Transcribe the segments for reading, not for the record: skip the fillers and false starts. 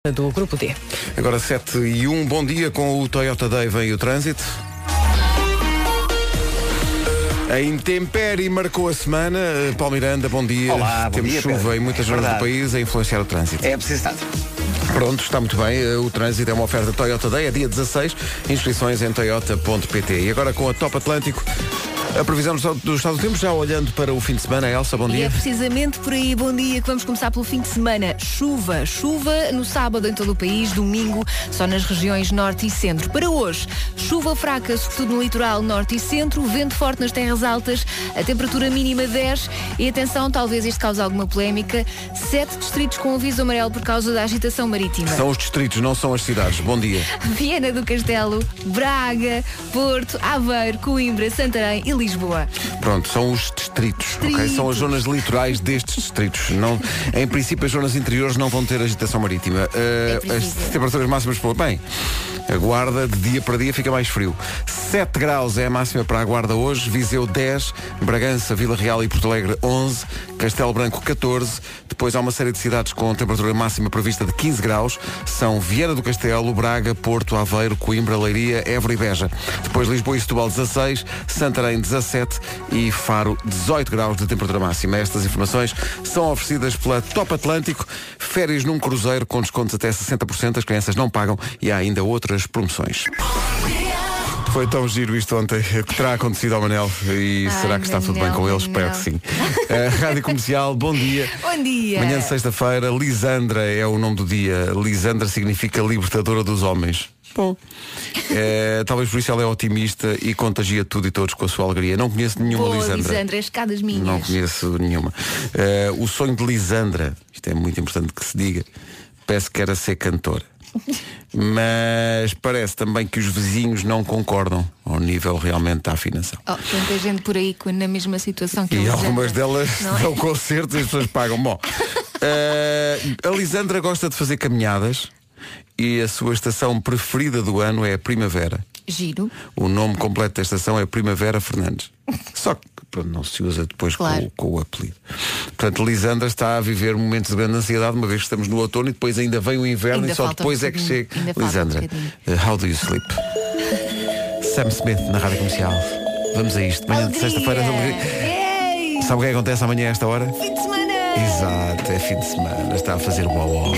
Do Grupo D. Agora 7:01, bom dia. Com o Toyota Day vem o trânsito. A intempérie marcou a semana. Paulo Miranda, bom dia. Olá, bom Temos dia, chuva Pedro. em muitas zonas do país a influenciar o trânsito. É preciso estar. Pronto, está muito bem. O trânsito é uma oferta Toyota Day, é dia 16. Inscrições em toyota.pt. E agora com a Top Atlântico, a previsão do estado do tempo, já olhando para o fim de semana. Elsa, bom dia. E é precisamente por aí, bom dia, que vamos começar pelo fim de semana. Chuva no sábado em todo o país, domingo só nas regiões norte e centro. Para hoje, chuva fraca, sobretudo no litoral norte e centro, vento forte nas terras altas, a temperatura mínima 10 e atenção, talvez isto cause alguma polémica, 7 distritos com aviso amarelo por causa da agitação marítima. São os distritos, não são as cidades. Bom dia. Viana do Castelo, Braga, Porto, Aveiro, Coimbra, Santarém e Lisboa. Pronto, são os distritos, ok? São as zonas litorais destes distritos. Não, em princípio, as zonas interiores não vão ter agitação marítima. As temperaturas máximas, bem, a Guarda de dia para dia fica mais frio. 7 graus é a máxima para a Guarda hoje, Viseu 10, Bragança, Vila Real e Porto Alegre 11, Castelo Branco 14, depois há uma série de cidades com temperatura máxima prevista de 15 graus, são Viana do Castelo, Braga, Porto, Aveiro, Coimbra, Leiria, Évora e Beja. Depois Lisboa e Setúbal 16, Santarém 17 e Faro 18 graus de temperatura máxima. Estas informações são oferecidas pela Top Atlântico, férias num cruzeiro com descontos até 60%, as crianças não pagam e há ainda outras promoções. Foi tão giro isto ontem. O que terá acontecido ao Manel? E será que está tudo bem com ele? Espero que sim. Rádio Comercial, bom dia. Bom dia. Manhã de sexta-feira, Lisandra é o nome do dia. Lisandra significa libertadora dos homens. Bom, talvez por isso ela é otimista e contagia tudo e todos com a sua alegria. Não conheço nenhuma Boa, Lisandra. Lisandra, escadas minhas. Não conheço nenhuma. O sonho de Lisandra, isto é muito importante que se diga, parece que era ser cantora. Mas parece também que os vizinhos não concordam ao nível realmente da afinação. Tanta gente por aí na mesma situação que E a algumas Lisandra, delas não é? dão concertos e as pessoas pagam. Bom, a Lisandra gosta de fazer caminhadas e a sua estação preferida do ano é a primavera. Giro. O nome completo da estação é Primavera Fernandes. Só que pronto, não se usa depois claro. com o apelido. Portanto, Lisandra está a viver momentos de grande ansiedade, uma vez que estamos no outono e depois ainda vem o inverno Ainda e só depois é que chega. Lisandra, how do you sleep? Sam Smith na Rádio Comercial. Vamos a isto. Manhã de sexta-feira. Sabe o que é que acontece amanhã a esta hora? Fim de semana. Exato, é fim de semana. Está a fazer uau.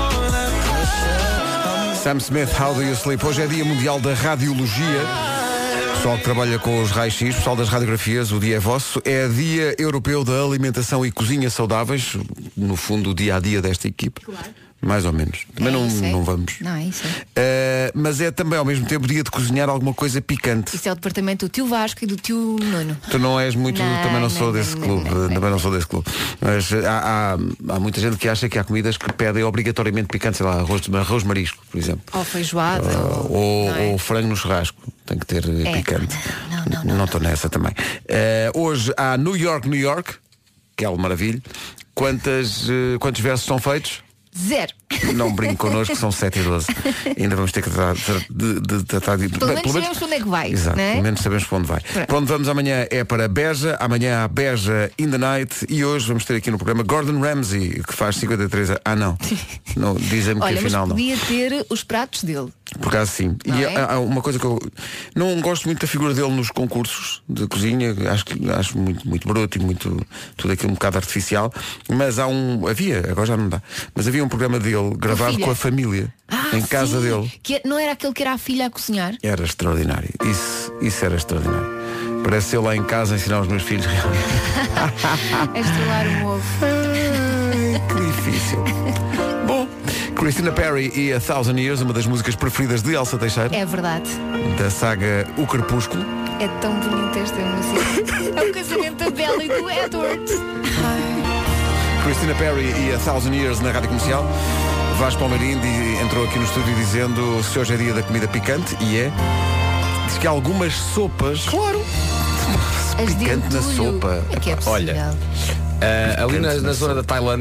Sam Smith, how do you sleep? Hoje é Dia Mundial da Radiologia. Pessoal que trabalha com os raios-x, pessoal das radiografias, o dia é vosso. É Dia Europeu da Alimentação e Cozinha Saudáveis. No fundo, o dia-a-dia desta equipe. Claro. Mais ou menos. Também não vamos. Não, é isso. Mas é também ao mesmo tempo dia de cozinhar alguma coisa picante. Isso é o departamento do tio Vasco e do tio Nuno. Tu não és muito, também não sou não, desse clube. Também não sou desse clube. Mas há muita gente que acha que há comidas que pedem obrigatoriamente picante, sei lá, arroz marisco, por exemplo. Ou feijoada. Ou frango no churrasco. Tem que ter picante. Não estou nessa também. Hoje há New York, que é uma maravilha. Quantos versos são feitos? 0. Não brinco connosco, são 7 e 12. Ainda vamos ter que tratar de... Pelo menos sabemos para onde é que vai. Exato, não é? pelo menos sabemos para onde vai. Para onde vamos amanhã é para Beja. Amanhã há Beja in the Night. E hoje vamos ter aqui no programa Gordon Ramsay, que faz 53 anos. Não, dizem-me que afinal mas não. podia ter os pratos dele. Por acaso sim. Não E é? há uma coisa que eu não gosto muito da figura dele nos concursos de cozinha. Acho muito bruto e muito tudo aquilo um bocado artificial. Mas havia, agora já não dá, mas havia um programa dele gravado com a família em casa dele. Não era aquele que era a filha a cozinhar? Era extraordinário. Isso era extraordinário. Parece eu lá em casa a ensinar os meus filhos realmente. A estrelar um ovo. Que difícil. Bom, Christina Perry e A Thousand Years, uma das músicas preferidas de Elsa Teixeira. É verdade. Da saga O Crepúsculo. É tão bonita esta música. É o casamento da Bella e do Edward. Christina Perry e A Thousand Years na Rádio Comercial. Vasco Palmeirim entrou aqui no estúdio dizendo se hoje é dia da comida picante, e é. Diz que há algumas sopas. Claro! As de Picante na entulho. sopa. É que é possível. Olha, ali na zona da Tailândia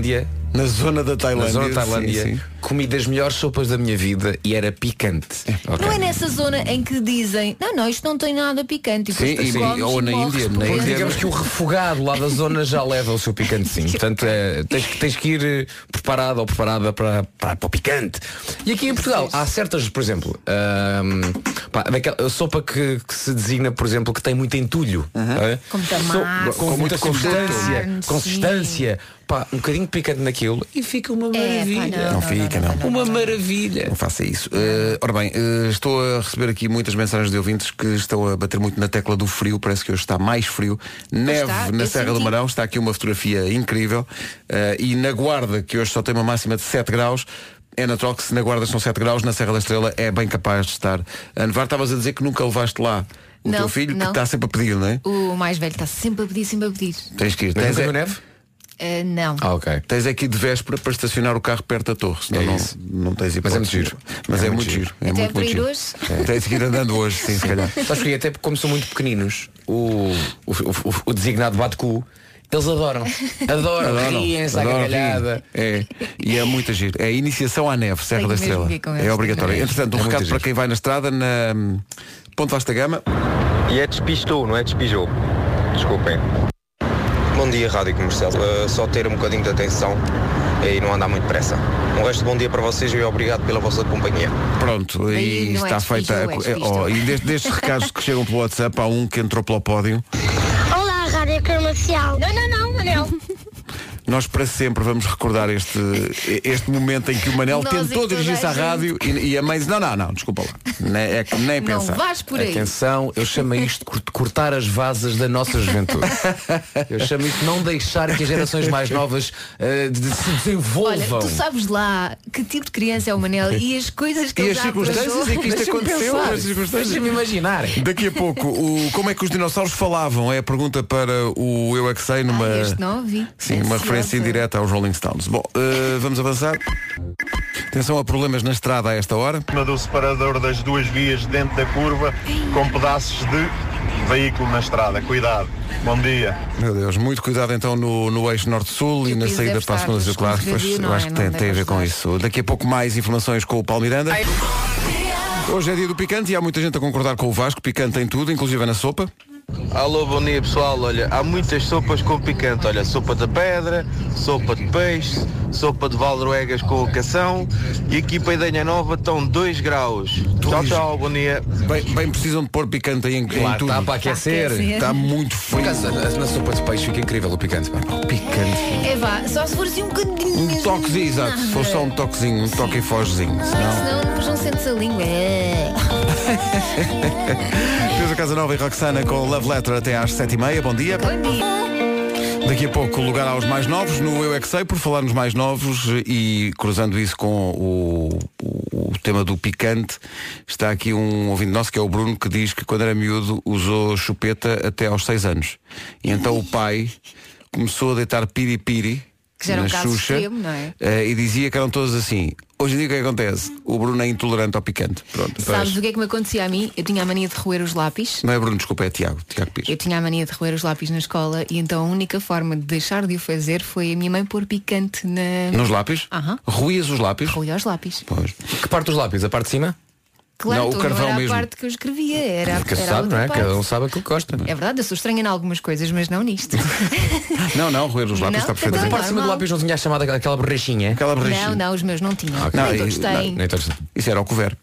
Na zona da Tailândia. Na zona da Tailândia. Sim. Comi das melhores sopas da minha vida e era picante. Okay. Não é nessa zona em que dizem não, isto não tem nada picante. Sim, ou na Índia. Digamos que o refogado lá da zona já leva o seu picante, sim. Portanto, tens que ir preparado ou preparada para o picante. E aqui em Portugal há certas, por exemplo, a sopa que se designa, por exemplo, que tem muito entulho. Com muita consistência. Pá, um bocadinho de picante naquilo e fica uma maravilha. Não fica. Uma maravilha. Não faça isso. Ora bem, estou a receber aqui muitas mensagens de ouvintes que estão a bater muito na tecla do frio. Parece que hoje está mais frio. Neve na Serra do Marão. Está aqui uma fotografia incrível. E na Guarda, que hoje só tem uma máxima de 7 graus. É natural que se na Guarda são 7 graus, na Serra da Estrela é bem capaz de estar a nevar. Estavas a dizer que nunca levaste lá o teu filho, que está sempre a pedir, não é? O mais velho está sempre a pedir, Tens que ir. Tens neve? Não. Ok. Tens aqui de véspera para estacionar o carro perto da torre, senão não tens hipótese. Mas é muito giro. Mas é muito giro. É muito para ir hoje? Tens que ir andando hoje, sim, se calhar. Sabes que até como são muito pequeninos, o designado bate-cu, eles adoram, riem-se à gargalhada. E é muito giro. É a iniciação à neve, Serra da Estrela. É obrigatório. Entretanto, um recado para quem vai na estrada, na Ponte Vasta Gama. E é despistou, não é despijou. Desculpem. Bom dia, Rádio Comercial. Só ter um bocadinho de atenção e não andar muito pressa. Um resto de bom dia para vocês e obrigado pela vossa companhia. Pronto, e está feita. E destes recados que chegam pelo WhatsApp, há um que entrou pelo pódio. Olá, Rádio Comercial. Não, Manel. Nós para sempre vamos recordar este momento em que o Manel tentou dirigir-se à rádio e a mãe disse, não, desculpa lá. Nem pensar. Não vais por aí. Atenção, eu chamo isto de cortar as vasas da nossa juventude. Eu chamo isto de não deixar que as gerações mais novas se desenvolvam. Olha, tu sabes lá que tipo de criança é o Manel e as coisas que e ele as já circunstâncias em que isto aconteceu. Deixa-me imaginar. Daqui a pouco, como é que os dinossauros falavam? É a pergunta para o Eu É Que Sei numa... este não ouvi. Sim, uma referência indireta aos Rolling Stones. Bom, vamos avançar. Atenção a problemas na estrada a esta hora. Do separador das duas vias dentro da curva com pedaços de veículo na estrada. Cuidado. Bom dia. Meu Deus, muito cuidado então no eixo norte-sul e na saída para a segunda circular. Eu acho que tem a ver com isso. Daqui a pouco mais informações com o Paulo Miranda. Hoje é dia do picante e há muita gente a concordar com o Vasco. Picante em tudo, inclusive na sopa. Alô, bom dia pessoal. Olha, há muitas sopas com picante. Olha, sopa de pedra, sopa de peixe, sopa de valdroegas com cação e aqui para a Idenha Nova estão 2 graus. Tchau, bom dia. Bem precisam de pôr picante aí em tudo. Está para aquecer. Está muito frio. Na sopa de peixe fica incrível o picante. Picante. Só se for assim um bocadinho. Um toquezinho, exato. Se for só um toquezinho, um toque e fogezinho. Senão depois não sentes a língua. Teresa Casanova e Roxana com Love Letter até às 7h30. Bom dia. Bom dia. Daqui a pouco lugar aos mais novos no Eu É Que Sei, por falar nos mais novos e cruzando isso com o tema do picante. Está aqui um ouvinte nosso que é o Bruno, que diz que quando era miúdo usou chupeta até aos 6 anos. E então o pai começou a deitar piripiri que já era na um caso Xuxa, extremo, não é? E dizia que eram todos assim. Hoje em dia o que acontece? O Bruno é intolerante ao picante. Pronto. Sabes o que é que me acontecia a mim? Eu tinha a mania de roer os lápis. Não é Bruno, desculpa, é Tiago Pires. Eu tinha a mania de roer os lápis na escola e então a única forma de deixar de o fazer foi a minha mãe pôr picante nos lápis? Ruías os lápis? Ruía os lápis. Pois. Que parte dos lápis? A parte de cima? Claro, não, o carvão não era mesmo. A parte que eu escrevia, era Porque era sabe, não é? parte. Cada um sabe aquilo que gosta. É verdade, eu sou estranha em algumas coisas, mas não nisto. Não, roer os lápis está Mas perfeitamente. a parte de cima do lápis não tinha a chamada aquela borrachinha? Aquela borrachinha. Não, os meus não tinham. Não, Nem todos têm. Nem todos. Isso era o couvert.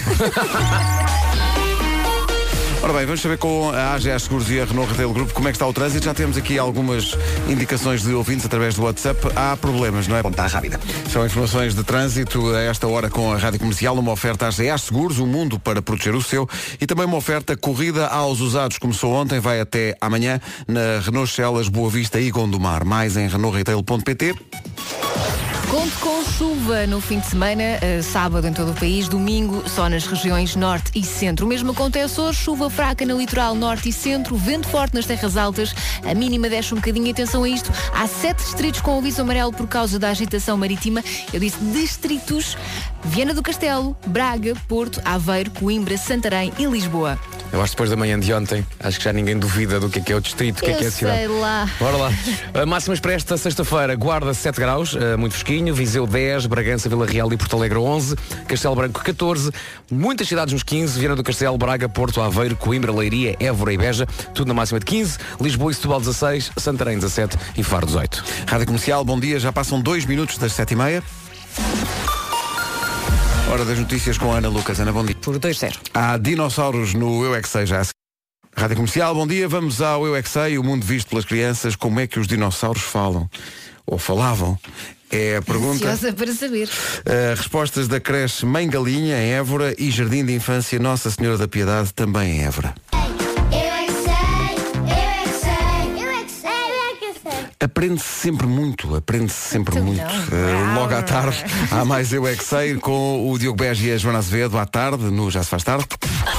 Ora bem, vamos saber com a AGA Seguros e a Renault Retail Group como é que está o trânsito. Já temos aqui algumas indicações de ouvintes através do WhatsApp. Há problemas, não é? Ponta rápida. São informações de trânsito a esta hora com a Rádio Comercial, uma oferta AGA Seguros, um mundo para proteger o seu, e também uma oferta corrida aos usados. Começou ontem, vai até amanhã na Renault Celas, Boa Vista e Gondomar. Mais em renaultretail.pt. Conto com chuva no fim de semana, sábado em todo o país, domingo só nas regiões norte e centro. O mesmo acontece hoje, chuva fraca no litoral norte e centro, vento forte nas terras altas, a mínima desce um bocadinho, atenção a isto, há 7 distritos com aviso amarelo por causa da agitação marítima, eu disse distritos, Viana do Castelo, Braga, Porto, Aveiro, Coimbra, Santarém e Lisboa. Eu acho que depois da manhã de ontem, acho que já ninguém duvida do que é o distrito, o que é a cidade. Sei lá. Bora lá. Máximas para esta sexta-feira. Guarda 7 graus, muito fresquinho. Viseu 10, Bragança, Vila Real e Porto Alegre 11. Castelo Branco 14. Muitas cidades nos 15. Viana do Castelo, Braga, Porto, Aveiro, Coimbra, Leiria, Évora e Beja. Tudo na máxima de 15. Lisboa e Setúbal 16. Santarém 17 e Faro 18. Rádio Comercial, bom dia. Já passam 2 minutos das 7h30. Hora das notícias com a Ana Lucas. Ana, bom dia. Por 2-0. Há dinossauros no Eu é que Sei já. Rádio Comercial, bom dia. Vamos ao Eu é que Sei, o mundo visto pelas crianças. Como é que os dinossauros falam? Ou falavam? É a pergunta. Ansiosa para saber. Respostas da creche Mãe Galinha, em Évora, e Jardim de Infância Nossa Senhora da Piedade, também em Évora. Aprende-se sempre muito, Logo à tarde, há mais Eu é que Sei, com o Diogo Beja e a Joana Azevedo, à tarde, no Já se faz tarde.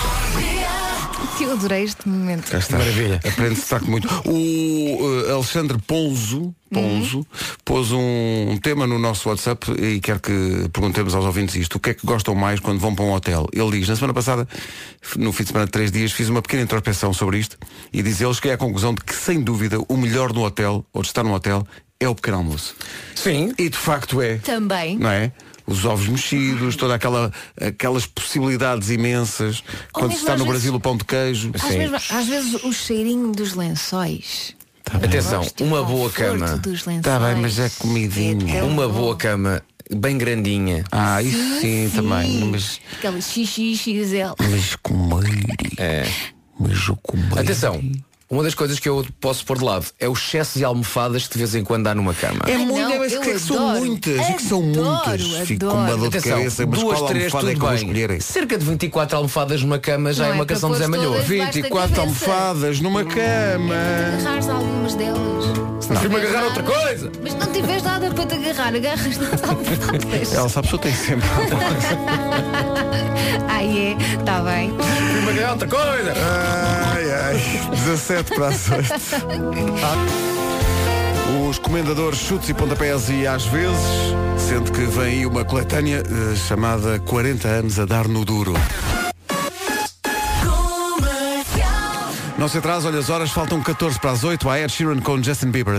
Eu adorei este momento. Já está. Maravilha. Aprende-se de facto muito. O Alexandre Ponzo pôs um tema no nosso WhatsApp e quer que perguntemos aos ouvintes isto. O que é que gostam mais quando vão para um hotel? Ele diz, na semana passada, no fim de semana de 3 dias, fiz uma pequena introspecção sobre isto e diz ele que é a conclusão de que, sem dúvida, o melhor no hotel, ou de estar no hotel, é o pequeno almoço. Sim. E de facto é. Também. Não é? Os ovos mexidos, toda aquelas possibilidades imensas. Quando se está no Brasil, o pão de queijo. Às vezes o cheirinho dos lençóis. Atenção, uma boa Conforto cama. dos lençóis. Está bem, mas é comidinha. Uma boa cama, bem grandinha. Isso sim, também. Mas Aquela XXXL. comer. É. Mas o comer. Atenção, uma das coisas que eu posso pôr de lado é o excesso de almofadas que de vez em quando há numa cama. É muito, não, mas eu que são adoro. muitas. É que são Adoro, muitas. Fico com uma dor de Atenção, cabeça, mas 2, qual 3, almofada é que tudo eu vou bem. escolher? Cerca de 24 almofadas numa cama já Não é uma é para canção de Zé pôr Malhoa. todas. 24 almofadas numa cama. Agarrares algumas delas. Fui-me agarrar outra coisa. Mas não tiveres nada para te agarrar, agarras nas almofadas. Ela sabe, a pessoa tem sempre. Está bem. Fui-me agarrar outra coisa. Ai, 17 para as 8. Os comendadores chutes e pontapés e às vezes, sendo que vem aí uma coletânea chamada 40 anos a dar no duro. Não se atrasa, olha as horas, faltam 14 para as 8, a Ed Sheeran com Justin Bieber.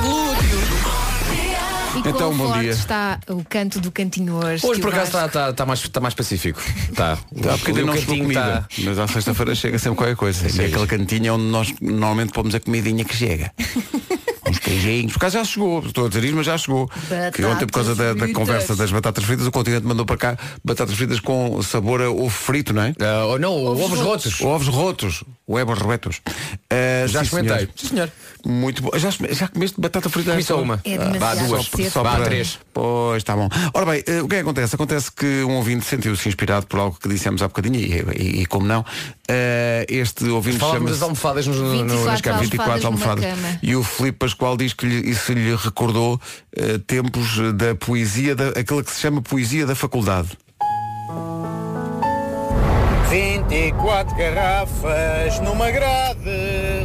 E Então, quão bom forte dia. está o canto do cantinho hoje? Hoje que por eu acaso acho está mais pacífico. Está. Há bocadinho não chegou comida, mas à sexta-feira chega sempre qualquer coisa. E aquele cantinho é onde nós normalmente pomos a comidinha que chega. Uns queijinhos. Por acaso já chegou, estou a dizer isto, mas já chegou. Que ontem, por causa da conversa das batatas fritas, o Continente mandou para cá batatas fritas com sabor a ovo frito, não é? Não, ovos rotos. Ovos rotos. Ovos rotos. Já sim, experimentei. senhor. Sim, senhor. Muito bom. Já comeste batata frita? Comi só uma. É Vá demasiado duas. cedo. Vá 3. Pois, está bom. Ora bem, o que é que acontece? Acontece que um ouvinte sentiu-se inspirado por algo que dissemos há bocadinho e como não, este ouvinte Falávamos chama-se das almofadas nas 24 camas. 24 almofadas. cama. E o Filipe Pascoal diz que isso lhe recordou tempos da poesia, aquilo que se chama poesia da faculdade. 24 garrafas numa grade,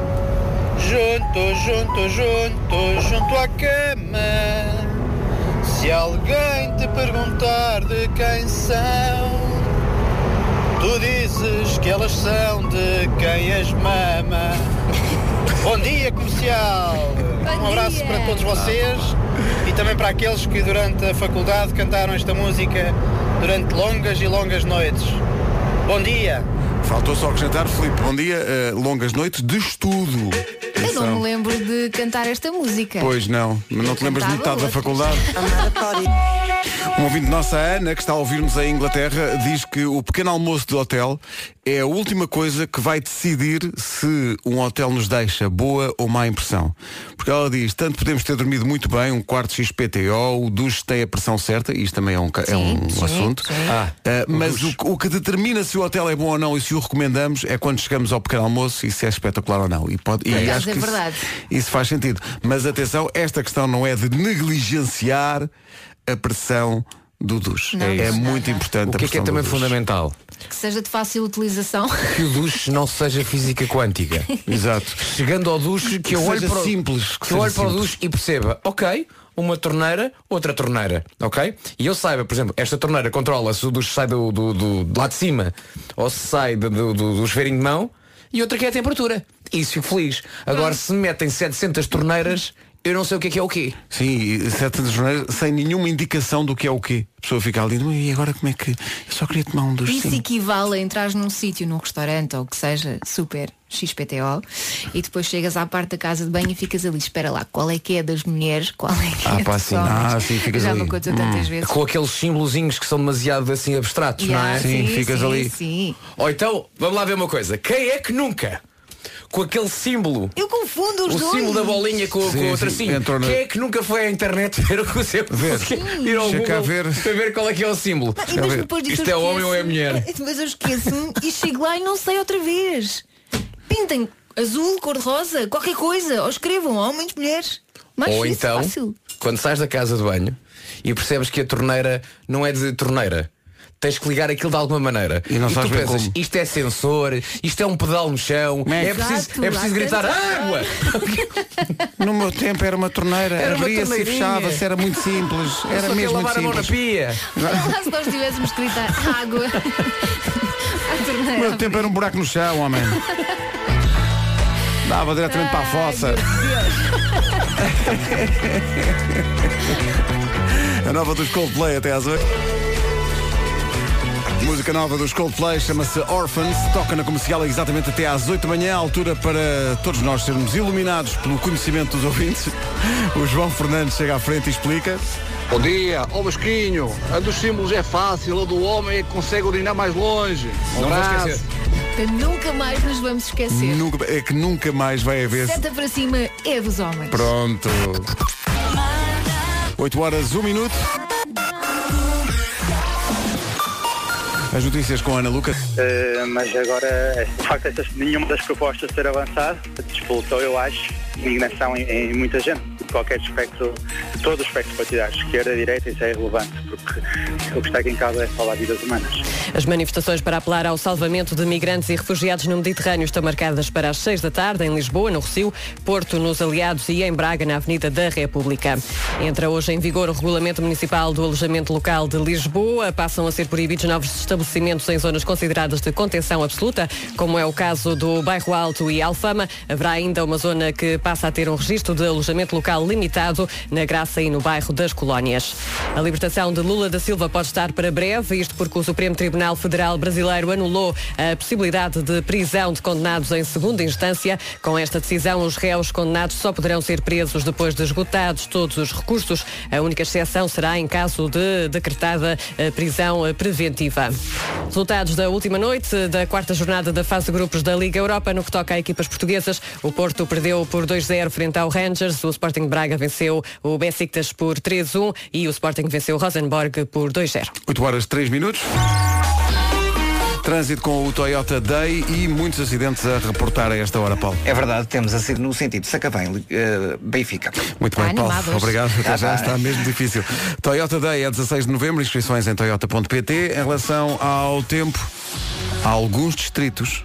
junto à cama. Se alguém te perguntar de quem são, tu dizes que elas são de quem as mama. Bom dia, comercial. Um abraço para todos vocês e também para aqueles que durante a faculdade cantaram esta música durante longas e longas noites. Bom dia. Faltou só acrescentar, Filipe, bom dia, longas noites de estudo. Eu não me lembro de cantar esta música. Pois não, mas não te lembras de Cantava metade da outras. faculdade? Um ouvinte nossa, a Ana, que está a ouvir-nos em Inglaterra, diz que o pequeno almoço do hotel é a última coisa que vai decidir se um hotel nos deixa boa ou má impressão. Porque ela diz, tanto podemos ter dormido muito bem, um quarto XPTO, o duche tem a pressão certa, isto também é um assunto. Sim. Mas o que determina se o hotel é bom ou não e se o recomendamos é quando chegamos ao pequeno almoço e se é espetacular ou não. E acho que verdade. isso faz sentido. Mas atenção, esta questão não é de negligenciar a pressão do duche. Não, É não, muito não. importante O que a é pressão também do duche. fundamental? Que seja de fácil utilização. Que o duche não seja física quântica. Exato. Chegando ao duche, que eu olho seja para o, simples, que eu olho para o duche e perceba, ok, uma torneira, outra torneira, ok? E eu saiba, por exemplo, esta torneira controla se sai do lado de cima ou se sai do chuveirinho de mão, e outra que é a temperatura. Isso fico feliz. Agora, se me metem 700 torneiras, eu não sei o que é o quê. Sim, 700 torneiras sem nenhuma indicação do que é o quê. A pessoa fica ali, e agora como é que... Eu só queria tomar um dos Isso 5. equivale a entrar num sítio, num restaurante ou que seja super XPTO e depois chegas à parte da casa de banho e ficas ali, espera lá, qual é que é das mulheres, qual é que é dos homens. Sim, ficas já ali. me aconteceu tantas vezes. Com aqueles símbolozinhos que são demasiado assim abstratos, não é? Sim, ficas ali. Sim. Ou então, vamos lá ver uma coisa. Quem é que nunca, com aquele símbolo, Eu confundo os o dois. símbolo da bolinha com o tracinho, entrou na- quem é que nunca foi à internet ver o que o seu ir ao Chega a Google ver. para ver qual é que é o símbolo? E mas depois disso Isto eu é homem ou é esqueço-me. mulher? Mas eu esqueço-me e chego lá e não sei outra vez. Pintem azul, cor-de-rosa, qualquer coisa. Ou escrevam homens, mulheres. Mais Ou difícil, então, fácil. quando sais da casa de banho e percebes que a torneira não é de torneira, tens que ligar aquilo de alguma maneira. E não tu sabes bem pensas, como. isto é sensor, isto é um pedal no chão, é preciso Exato, gritar há tanta- água. No meu tempo era uma torneira, Era uma abria-se e torneirinha. fechava-se, era muito simples. Era Só mesmo quer lavar muito a mão na simples. pia. Olha lá se nós tivéssemos que gritar água. À No torneira. meu tempo era um buraco no chão, homem. Dava diretamente para a fossa. A nova dos Coldplay até às 8. Música nova dos Coldplay chama-se Orphans, toca na comercial exatamente até às 8 da manhã, a altura para todos nós sermos iluminados pelo conhecimento dos ouvintes. O João Fernandes chega à frente e explica. Bom dia, ó Basquinho. A dos símbolos é fácil, a do homem é que consegue urinar mais longe. Não vou esquecer. Nunca mais nos vamos esquecer. É que nunca mais vai haver. Seta para cima é dos homens. Pronto. 8 horas, 1 minuto. As notícias com a Ana Lucas. Mas agora, de facto, nenhuma das propostas ter avançado despoltou, eu acho, indignação em muita gente, de qualquer espectro, de todo o espectro partidário, esquerda, direita, isso é irrelevante, porque o que está aqui em causa é salvar vidas humanas. As manifestações para apelar ao salvamento de migrantes e refugiados no Mediterrâneo estão marcadas para as 6 da tarde em Lisboa, no Rossio, Porto, nos Aliados e em Braga, na Avenida da República. Entra hoje em vigor o Regulamento Municipal do Alojamento Local de Lisboa. Passam a ser proibidos novos estabelecimentos em zonas consideradas de contenção absoluta, como é o caso do Bairro Alto e Alfama. Haverá ainda uma zona que passa a ter um registro de alojamento local limitado na Graça e no bairro das Colónias. A libertação de Lula da Silva pode estar para breve, isto porque o Supremo Tribunal Federal Brasileiro anulou a possibilidade de prisão de condenados em segunda instância. Com esta decisão, os réus condenados só poderão ser presos depois de esgotados todos os recursos. A única exceção será em caso de decretada prisão preventiva. Resultados da última noite da quarta jornada da fase de grupos da Liga Europa. No que toca a equipas portuguesas, o Porto perdeu por 2-0 frente ao Rangers, o Sporting de Braga venceu o Besiktas por 3-1 e o Sporting venceu o Rosenborg por 2-0. 8 horas 3 minutos. Trânsito com o Toyota Day e muitos acidentes a reportar a esta hora, Paulo. É verdade, temos a no sentido de Sacavém, Benfica. Muito bem, Paulo. animados. Obrigado. Até já Tá. está mesmo difícil. Toyota Day é 16 de novembro, inscrições em toyota.pt. Em relação ao tempo, alguns distritos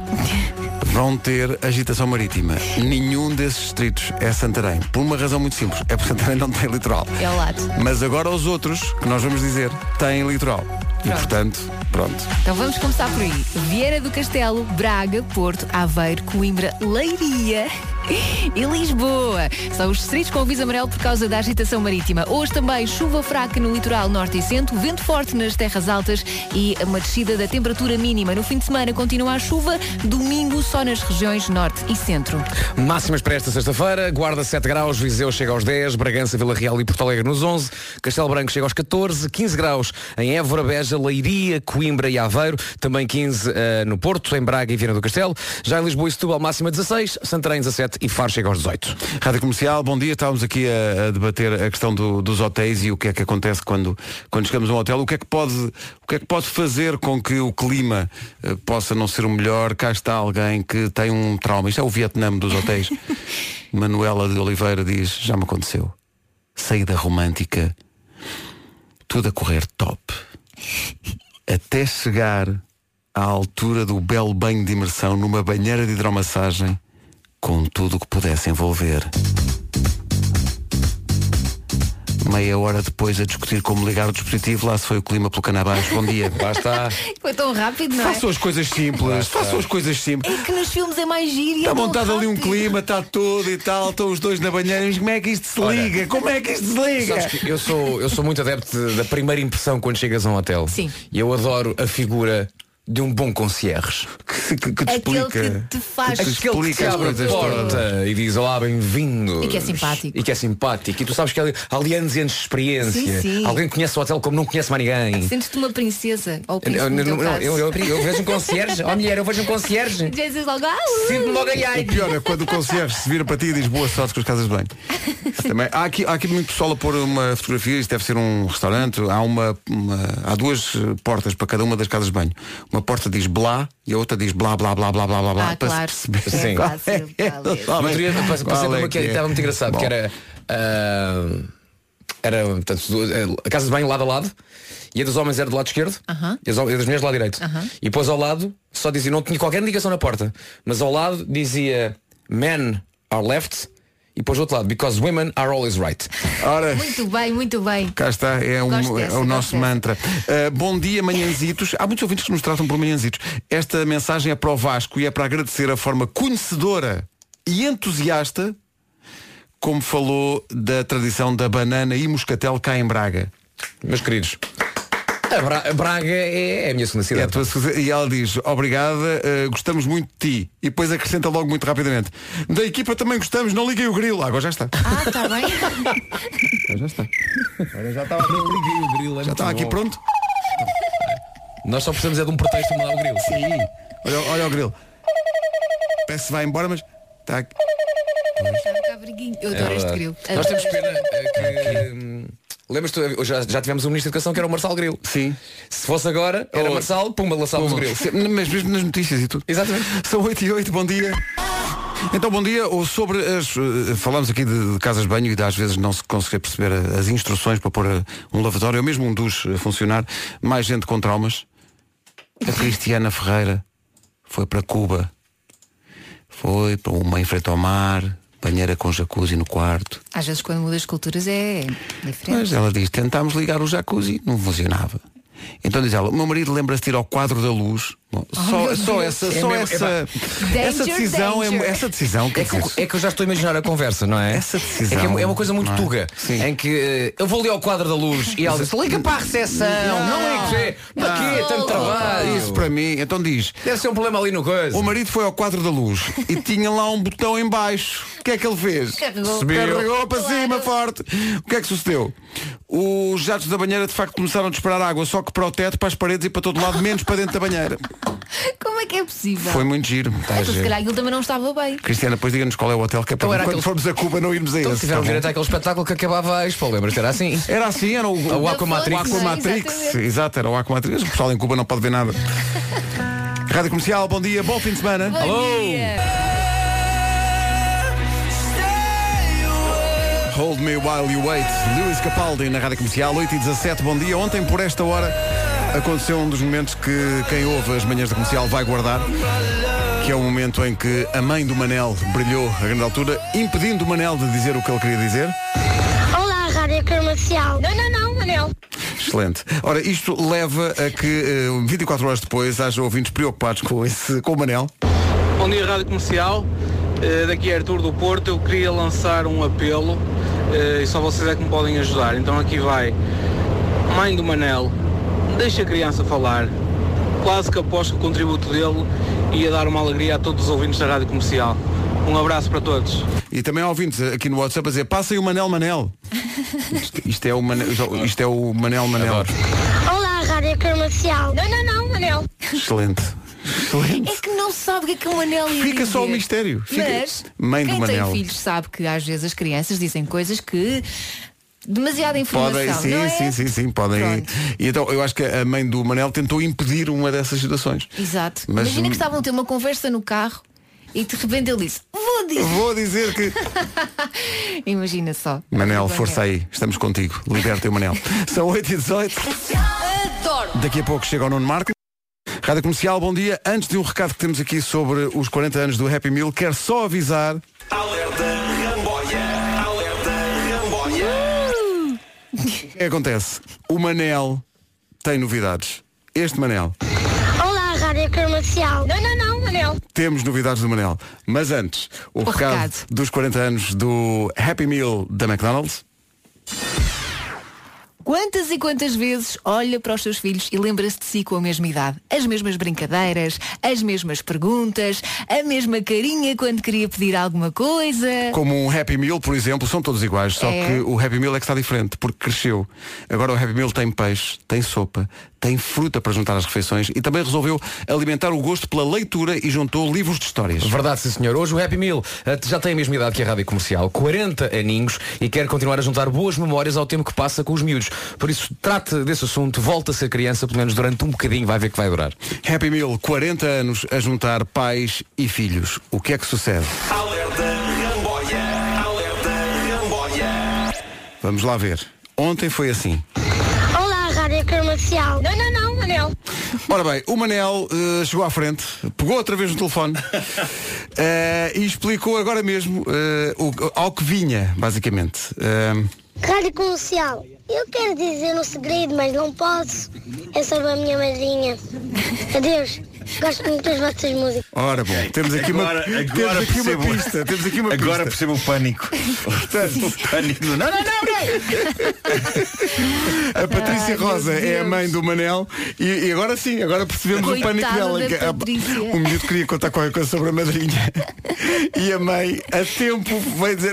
vão ter agitação marítima. Nenhum desses distritos é Santarém. Por uma razão muito simples. É porque Santarém não tem litoral. É ao lado. Mas agora os outros, que nós vamos dizer, têm litoral. E portanto, pronto. Então vamos começar por aí. Viana do Castelo, Braga, Porto, Aveiro, Coimbra, Leiria e Lisboa. São os distritos com aviso amarelo por causa da agitação marítima. Hoje também chuva fraca no litoral norte e centro, vento forte nas terras altas e uma descida da temperatura mínima. No fim de semana continua a chuva, domingo só nas regiões norte e centro. Máximas para esta sexta-feira, Guarda 7 graus, Viseu chega aos 10, Bragança, Vila Real e Porto Alegre nos 11, Castelo Branco chega aos 14, 15 graus em Évora, Beja, Leiria, Coimbra e Aveiro, também 15 no Porto, em Braga e Viana do Castelo, já em Lisboa e Setúbal máxima 16, Santarém 17 e Faro chega aos 18. Rádio Comercial, bom dia. Estávamos aqui a debater a questão dos hotéis e o que é que acontece quando chegamos a um hotel. O que é que pode fazer com que o clima possa não ser o melhor? Cá está alguém que tem um trauma. Isto é o Vietnã dos hotéis. Manuela de Oliveira diz, já me aconteceu. Saída romântica, tudo a correr top. Até chegar à altura do belo banho de imersão numa banheira de hidromassagem com tudo o que pudesse envolver. meia hora depois a discutir como ligar o dispositivo, lá se foi o clima pelo cano abaixo. Bom dia. Lá está. Foi tão rápido, não é? Façam as coisas simples. Façam as coisas simples. É que nos filmes é mais giro e Está é tão montado ali um rápido. clima, está tudo e tal, estão os dois na banheira, mas como é que isto se liga? Como é que isto se liga? Sabes que eu sou muito adepto da primeira impressão quando chegas a um hotel. Sim. E eu adoro a figura de um bom concierge. Que te Aquele explica. que te faz. Que te Aquele que te explica as abre a coisas porta todas. e diz olá, bem-vindo. E que é simpático. E que é simpático. E tu sabes que há ali anos e anos de experiência. Sim, sim. Alguém conhece o hotel como não conhece mais ninguém. Sentes-te uma princesa. Ou Eu, príncipe, no teu caso. eu vejo um concierge. Ó mulher, eu vejo um concierge. Dizes logo, Sinto-me logo ai. O pior é quando o concierge se vira para ti e diz boa sorte com as casas de banho. Também, há aqui muito pessoal a pôr uma fotografia, isto deve ser um restaurante, há duas portas para cada uma das casas de banho. Uma porta diz blá e a outra diz blá blá blá blá blá blá para claro. se perceber. Sim. Qual Fácil, é. Mas eu passei por uma que estava muito engraçado, Bom. que era portanto, a casa de banho lado a lado e a dos homens era do lado esquerdo e a das mulheres do lado direito. E depois ao lado só dizia, não tinha qualquer indicação na porta, mas ao lado dizia men are left e depois do outro lado, because women are always right. Ora, Muito bem, muito bem. cá está, é Gosto dessa, o gosto nosso dessa. mantra. Bom dia, manhãzitos. Há muitos ouvintes que nos tratam por manhãzitos. Esta mensagem é para o Vasco e é para agradecer a forma conhecedora e entusiasta como falou da tradição da banana e moscatel cá em Braga. Meus queridos, a Braga é a minha segunda É a cidade. tua e ela diz, obrigada, gostamos muito de ti. E depois acrescenta logo muito rapidamente. Da equipa também gostamos, não liguei o grilo. Agora já está. Ah, está bem. Agora já está. Agora já estava aqui. Já estava aqui pronto? Nós só precisamos de um pretexto para mudar o grilo. Sim. Olha o grilo. Parece que vai embora, mas está aqui. Eu adoro este grilo. Nós temos pena que... Lembras-te, já tivemos um ministro de Educação que era o Marçal Grilo. Sim. Se fosse agora, era Marçal, pumba, lançámos o grilo. Mas mesmo nas notícias e tudo. Exatamente. São 8h08, bom dia. Então, bom dia. Sobre falamos aqui de casas de banho e de às vezes não se conseguir perceber as instruções para pôr um lavatório, ou mesmo um duche a funcionar. Mais gente com traumas. A Cristiana Ferreira foi para Cuba. Foi para uma em frente ao mar, banheira com jacuzzi no quarto. Às vezes quando mudas culturas é diferente. Mas ela diz, tentámos ligar o jacuzzi, não funcionava. Então diz ela, o meu marido lembra-se de ir ao quadro da luz. Bom, essa decisão é que eu já estou a imaginar a conversa, não é? Essa decisão é uma coisa muito tuga. Sim. Em que eu vou ali ao quadro da luz e ela diz, liga para a recepção, não liga para quê? Tanto trabalho. Isso para mim, então diz, deve ser um problema ali no coisa. o marido foi ao quadro da luz e tinha lá um botão em baixo. O que é que ele fez? Carregou para cima forte. O que é que sucedeu? Os jatos da banheira de facto começaram a disparar água, só que para o teto, para as paredes e para todo lado, menos para dentro da banheira. Como é que é possível? Foi muito giro. Então, se calhar aquilo também não estava bem. Cristiana, depois diga-nos qual é o hotel que é para Então, quando formos a Cuba não irmos a Então esse. tiveram Tá bom? direito àquele espetáculo que acabava a Expo, lembras? Era assim. Era assim, era o Aquamatrix. Aquamatrix. Exatamente. Exato, era o Aquamatrix. O pessoal em Cuba não pode ver nada. Rádio Comercial, bom dia, bom fim de semana. Bom dia. Hold Me While You Wait, Lewis Capaldi na Rádio Comercial, 8h17, bom dia. Ontem, por esta hora, aconteceu um dos momentos que quem ouve as manhãs da Comercial vai guardar, que é o momento em que a mãe do Manel brilhou a grande altura, impedindo o Manel de dizer o que ele queria dizer. Olá, Rádio Comercial. Não, Manel. Excelente. Ora, isto leva a que 24 horas depois haja ouvintes preocupados com o Manel. Bom dia, Rádio Comercial. Daqui é Artur do Porto. Eu queria lançar um apelo e só vocês é que me podem ajudar. Então aqui vai. Mãe do Manel, deixa a criança falar. Quase que aposto que o contributo dele ia dar uma alegria a todos os ouvintes da Rádio Comercial. Um abraço para todos. E também há ouvintes aqui no WhatsApp a dizer, passem o Manel. Isto é o Manel. Olá, Rádio Comercial. Não, Manel. Excelente. É que não sabe o que é que o Manel ia Fica dizer. só o mistério. Mas Mãe do quem Manel. tem filhos sabe que às vezes as crianças dizem coisas que... demasiada informação, Podem, não é? sim, podem. Pronto. E então eu acho que a mãe do Manel tentou impedir uma dessas situações. Exato. Mas, Imagina que estavam a ter uma conversa no carro e de repente ele disse, vou dizer que... Imagina só. Manel, força aí, estamos contigo. Liberta o Manel. São 8h18. Adoro. Daqui a pouco chega o Nuno Marco. Rádio Comercial, bom dia. Antes de um recado que temos aqui sobre os 40 anos do Happy Meal, quero só avisar... Alerta Ramboia, alerta Ramboia. que acontece? O Manel tem novidades. Este Manel. Olá, Rádio Comercial. Não, Manel. Temos novidades do Manel. Mas antes, o recado dos 40 anos do Happy Meal da McDonald's. Quantas e quantas vezes olha para os seus filhos e lembra-se de si com a mesma idade? As mesmas brincadeiras, as mesmas perguntas, a mesma carinha quando queria pedir alguma coisa. Como um Happy Meal, por exemplo, são todos iguais, só que o Happy Meal é que está diferente, porque cresceu. Agora o Happy Meal tem peixe, tem sopa, tem fruta para juntar às refeições e também resolveu alimentar o gosto pela leitura e juntou livros de histórias. Verdade, sim senhor. Hoje o Happy Meal já tem a mesma idade que a Rádio Comercial, 40 aninhos, e quer continuar a juntar boas memórias ao tempo que passa com os miúdos. Por isso, trate desse assunto, volta a ser criança, pelo menos durante um bocadinho, vai ver que vai durar. Happy Meal, 40 anos a juntar pais e filhos. O que é que sucede? Alerta Ramboia, alerta Ramboia. Vamos lá ver. Ontem foi assim. Olá, Rádio Comercial. Não, Manel. Ora bem, o Manel chegou à frente, pegou outra vez no telefone e explicou agora mesmo ao que vinha, basicamente. Rádio Comercial. Eu quero dizer um segredo, mas não posso. É sobre a minha madrinha. Adeus. Gosto muito das vossas músicas. Ora bom, temos aqui uma pista. Temos aqui uma agora pista. percebo o pânico. O pânico. Não. A Patrícia Rosa é a mãe do Manel e agora sim, agora percebemos o pânico dela. O miúdo queria contar qualquer coisa sobre a madrinha. E a mãe, a tempo, vai dizer: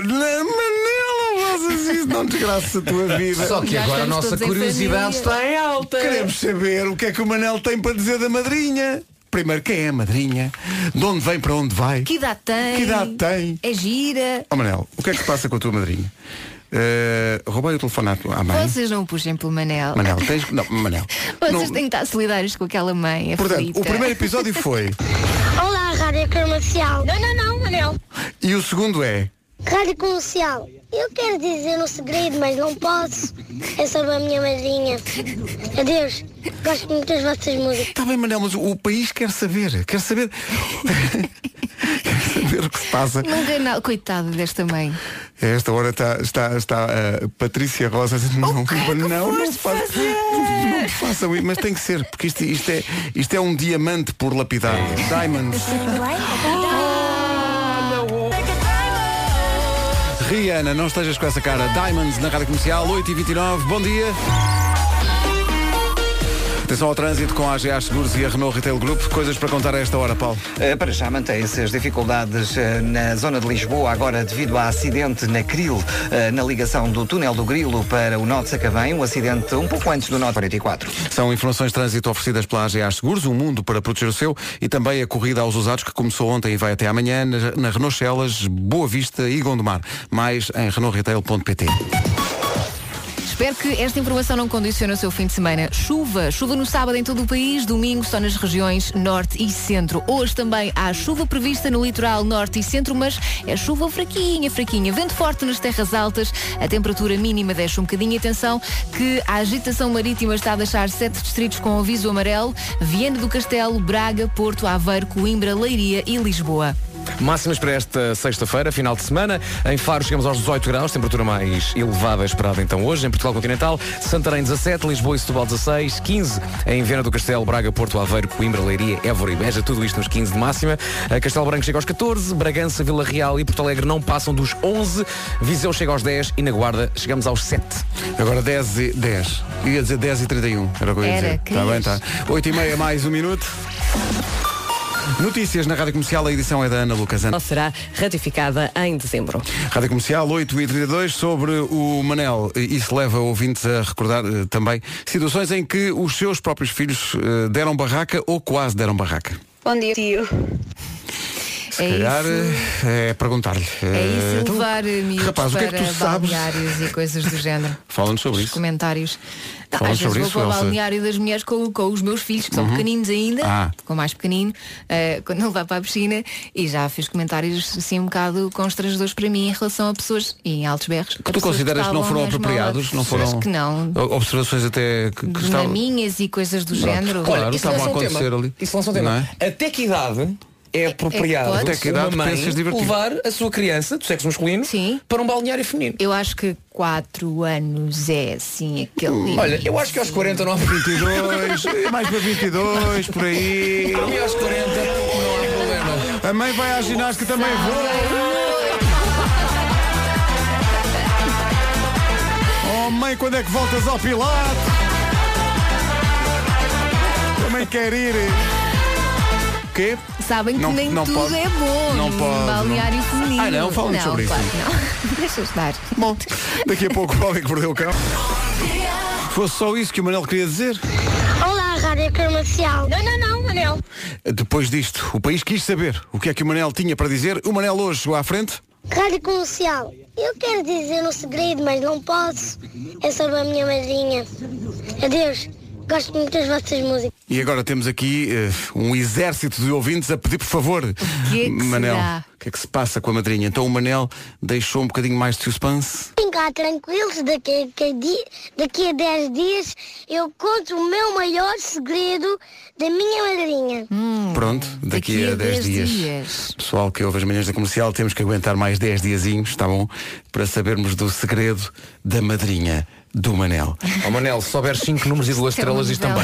não desgraça a tua vida. Só que agora a nossa curiosidade está em alta. Queremos saber o que é que o Manel tem para dizer da madrinha. Primeiro, quem é a madrinha? De onde vem, para onde vai? Que idade tem? Que idade tem? É gira? Manel, o que é que se passa com a tua madrinha? Roubei o telefone à mãe. Vocês não puxem pelo Manel. Manel, tens... Não, Manel. Vocês têm que estar solidários com aquela mãe. Portanto, o primeiro episódio foi... Olá, Rádio Comercial. Não, Manel. E o segundo é... Rádio Comercial. Eu quero dizer um segredo, mas não posso. É sobre a minha madrinha. Adeus. Gosto muito das vossas músicas. Está bem, Manel, mas o país quer saber. Quer saber o que se passa. Não, coitada desta mãe. A esta hora está a Patrícia Rosa a dizer, não façam isso, mas tem que ser, porque isto é um diamante por lapidar. Diamonds. Rihanna, não estejas com essa cara. Diamonds na Rádio Comercial, 8h29. Bom dia. Atenção ao trânsito com a AGA Seguros e a Renault Retail Group. Coisas para contar a esta hora, Paulo? Para já mantém-se as dificuldades na zona de Lisboa, agora devido a acidente na Cril, na ligação do túnel do Grilo para o Nó de Sacavém, um acidente um pouco antes do Nó de 44. São informações de trânsito oferecidas pela AGA Seguros, um mundo para proteger o seu, e também a corrida aos usados que começou ontem e vai até amanhã na Renault Celas, Boa Vista e Gondomar. Mais em renaultretail.pt. Espero que esta informação não condicione o seu fim de semana. Chuva no sábado em todo o país, domingo só nas regiões norte e centro. Hoje também há chuva prevista no litoral norte e centro, mas é chuva fraquinha. Vento forte nas terras altas, a temperatura mínima desce um bocadinho. Atenção que a agitação marítima está a deixar 7 distritos com aviso amarelo: Viana do Castelo, Braga, Porto, Aveiro, Coimbra, Leiria e Lisboa. Máximas para esta sexta-feira, final de semana. Em Faro chegamos aos 18 graus, temperatura mais elevada esperada então hoje. Em Portugal Continental, Santarém 17, Lisboa e Setúbal 16, 15 em Viana do Castelo, Braga, Porto, Aveiro, Coimbra, Leiria, Évora e Beja, tudo isto nos 15 de máxima. Castelo Branco chega aos 14, Bragança, Vila Real e Porto Alegre não passam dos 11, Viseu chega aos 10 e na Guarda chegamos aos 7. Agora 10 e 10. Ia dizer 10 e 31, era o que eu ia dizer. Está bem, está. 8h30 mais um minuto. Notícias na Rádio Comercial, a edição é da Ana Lucas. Será ratificada em dezembro. Rádio Comercial, 8h32, sobre o Manel. Isso leva ouvintes a recordar também situações em que os seus próprios filhos deram barraca ou quase deram barraca. Bom dia, tio. Se calhar é perguntar-lhe. É isso, levar miúdos rapaz, o que é que tu sabes? balneários e coisas do género. Fala-nos sobre isso. Comentários. Às vezes vou para o balneário das mulheres com os meus filhos, que são pequeninos ainda, com o mais pequenino, quando ele vai para a piscina, e já fiz comentários assim um bocado constrangedores para mim em relação a pessoas, e em altos berros. Que tu consideras que não foram apropriados? Não foram? Acho que não. Observações até que estavam... Maminhas e coisas do género. Claro, estavam a acontecer ali. Isso lança um tema. Até que idade é apropriado pode. Até que idade uma mãe pensas divertir? levar a sua criança do sexo masculino para um balneário feminino? Eu acho que 4 anos é assim aquele... Olha, eu acho que aos 40 não há 22, mais para 22, por aí. E aos 40 não há problema. A mãe vai à ginástica também vou. Oh mãe, quando é que voltas ao Pilates? Também quer ir. Quê? Sabem que nem tudo pode. é bom Não num pode, balneário não. feminino. Ah, não? Falamos sobre claro isso. Não. Deixa estar. Bom, daqui a pouco o Homem que Mordeu o Cão. Fosse só isso que o Manel queria dizer. Olá, Rádio Comercial. Não, Manel. Depois disto, o país quis saber o que é que o Manel tinha para dizer. O Manel hoje chegou à frente. Rádio Comercial. Eu quero dizer um segredo, mas não posso. É sobre a minha madrinha. Adeus. Gosto muito das vossas músicas. E agora temos aqui um exército de ouvintes a pedir, por favor, Manel, será? o que é que se passa com a madrinha? Então o Manel deixou um bocadinho mais de suspense. Ficar tranquilos, daqui a 10 dias eu conto o meu maior segredo da minha madrinha. Pronto, daqui a 10 dias. Pessoal que ouve as manhãs da Comercial, temos que aguentar mais 10 diazinhos, está bom? Para sabermos do segredo da madrinha do Manel. Ó Manel, se souberes 5 números e 2 estrelas, diz também,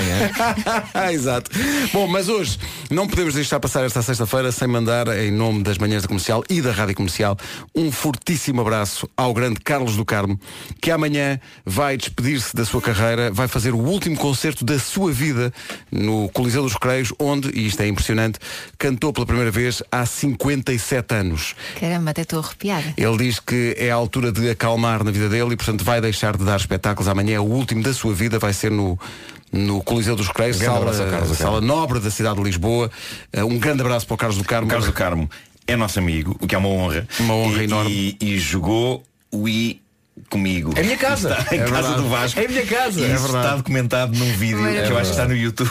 é? Exato. Bom, mas hoje não podemos deixar passar esta sexta-feira sem mandar, em nome das manhãs da Comercial e da Rádio Comercial, um fortíssimo abraço ao grande Carlos do Carmo, que amanhã vai despedir-se da sua carreira, vai fazer o último concerto da sua vida no Coliseu dos Recreios, onde, e isto é impressionante, cantou pela primeira vez há 57 anos. Caramba, até estou arrepiada. Ele diz que é a altura de acalmar na vida dele e, portanto, vai deixar de dar espetáculos. Amanhã é o último da sua vida, vai ser no Coliseu dos Recreios, sala nobre da cidade de Lisboa. Um grande abraço para o Carlos do Carmo. O Carlos do Carmo é nosso amigo, o que é uma honra. Uma honra enorme. E jogou o I comigo. É a minha casa. Está em casa do Vasco. É a minha casa. E isso está documentado num vídeo que eu acho que está no YouTube.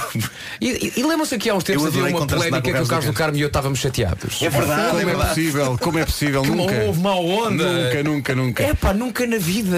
E lembram-se aqui há uns tempos havia uma polémica que o Carlos do Carmo e eu estávamos chateados. É verdade, Como é verdade. Como é possível? Que Nunca. houve má onda. Nunca. É pá, nunca na vida.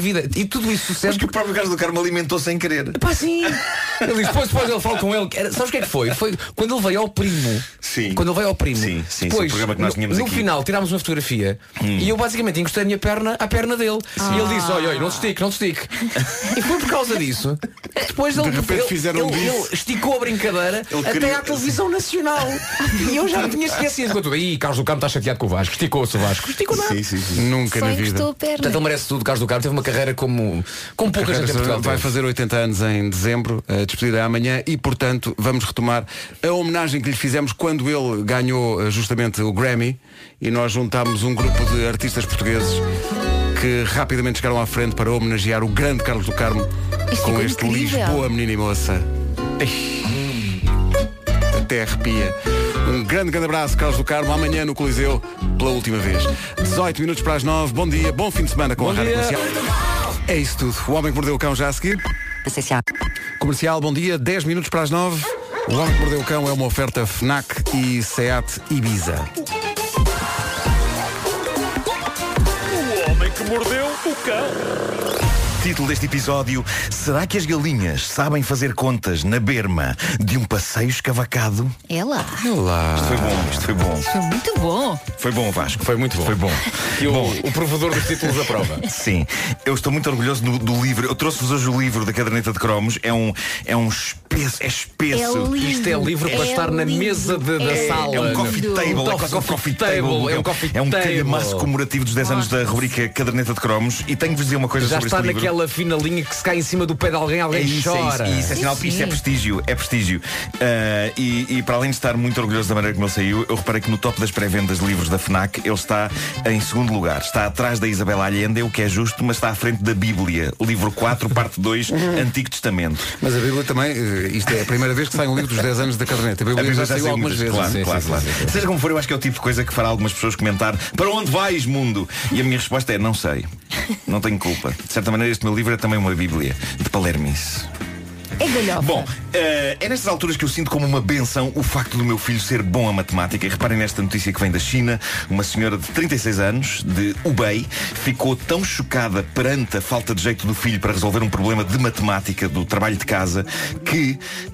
E tudo isso sucede. Mas que o próprio Carlos do Carmo alimentou sem querer. Pá, sim. Ele diz, depois ele fala com ele. Sabes o que é que foi? Foi quando ele veio ao primo. Sim. Quando ele veio ao primo. Sim, depois, o programa que nós tínhamos no aqui. final tirámos uma fotografia e eu basicamente encostei a minha perna à perna dele. E ele disse, olha, não te estique. E foi por causa disso que depois ele esticou a brincadeira até à televisão nacional. E eu já me tinha esquecido. Aí, Carlos do Carmo está chateado com o Vasco. Esticou-se o Vasco. Esticou nada. Sim. Nunca Só na vida. encostou a perna. Portanto, ele merece tudo. Carlos do Carmo teve uma carreira como pouca gente em Portugal. Vai fazer 80 anos em dezembro, a despedida é amanhã e, portanto, vamos retomar a homenagem que lhe fizemos quando ele ganhou justamente o Grammy e nós juntámos um grupo de artistas portugueses que rapidamente chegaram à frente para homenagear o grande Carlos do Carmo com este incrível. Lisboa, menina e moça. Até arrepia. Um grande abraço, Carlos do Carmo, amanhã no Coliseu, pela última vez. 18 minutos para as 9, bom dia, bom fim de semana com a Rádio Comercial. É isso tudo. O Homem que Mordeu o Cão já a seguir. Comercial, bom dia, 10 minutos para as 9. O Homem que Mordeu o Cão é uma oferta FNAC e SEAT Ibiza. O homem que mordeu o cão. Título deste episódio: será que as galinhas sabem fazer contas na berma de um passeio escavacado? É lá. Isto foi bom. Foi muito bom. Foi bom, Vasco. Foi muito bom. Foi bom. E o provedor dos títulos da prova. Sim. Eu estou muito orgulhoso do livro. Eu trouxe-vos hoje o livro da caderneta de cromos. É um espesso. É espesso. Isto é livro para estar na mesa da sala. É um coffee table. É quase um coffee table. É um calhamaço comemorativo dos 10 anos da rubrica Caderneta de Cromos. E tenho de vos dizer uma coisa sobre este livro. Já está naquela fina linha que se cai em cima do pé de alguém chora. Isso é sinal, isto é prestígio. É prestígio. E para além de estar muito orgulhoso da maneira como ele saiu, eu reparei que no top das pré-vendas de livros da FNAC ele está em segundo lugar. Está atrás da Isabela Allende, o que é justo, mas está à frente da Bíblia. Livro 4, parte 2, Antigo Testamento. Mas a Bíblia também, isto é a primeira vez que sai um livro dos 10 anos da caderneta. A Bíblia já saiu algumas vezes. Claro. Seja como for, eu acho que é o tipo de coisa que fará algumas pessoas comentar: para onde vais, mundo? E a minha resposta é: não sei. Não tenho culpa. De certa maneira, este meu livro é também uma Bíblia de Palermice. É galhofa. Bom, é nestas alturas que eu sinto como uma benção o facto do meu filho ser bom a matemática. E reparem nesta notícia que vem da China. Uma senhora de 36 anos, de Hubei, ficou tão chocada perante a falta de jeito do filho para resolver um problema de matemática do trabalho de casa que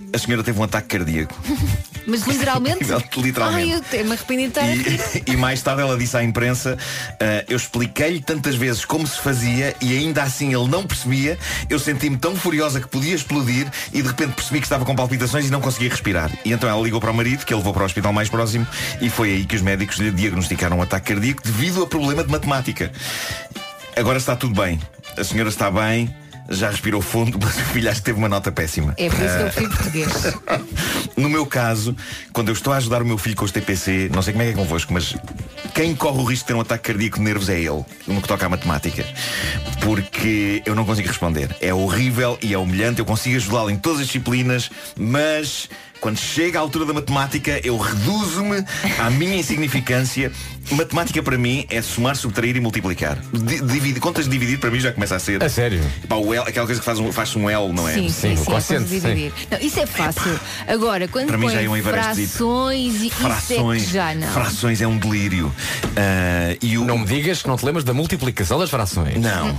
A senhora teve um ataque cardíaco. Mas literalmente? Literalmente. Ai, eu até me arrependi de estar aqui. E mais tarde ela disse à imprensa, eu expliquei-lhe tantas vezes como se fazia e ainda assim ele não percebia. Eu senti-me tão furiosa que podia explodir e de repente percebi que estava com palpitações e não conseguia respirar. E então ela ligou para o marido, que ele levou para o hospital mais próximo, e foi aí que os médicos lhe diagnosticaram um ataque cardíaco devido a problema de matemática. Agora está tudo bem. A senhora está bem. Já respirou fundo, mas o filho acho que teve uma nota péssima. É por isso que eu fui português. No meu caso, quando eu estou a ajudar o meu filho com os TPC, não sei como é que é convosco, mas quem corre o risco de ter um ataque cardíaco de nervos é ele, no que toca à matemática. Porque eu não consigo responder. É horrível e é humilhante, eu consigo ajudá-lo em todas as disciplinas, mas quando chega à altura da matemática, eu reduzo-me à minha insignificância. Matemática para mim é somar, subtrair e multiplicar. Contas de dividir para mim já começa a ser. A sério? Pá, o L, aquela coisa que faz um L, não é? Sim, o quociente. Não, isso é fácil. Agora, quando para mim já é um frações e frações, isso é que já não. Frações é um delírio. Não me digas que não te lembras da multiplicação das frações. Não.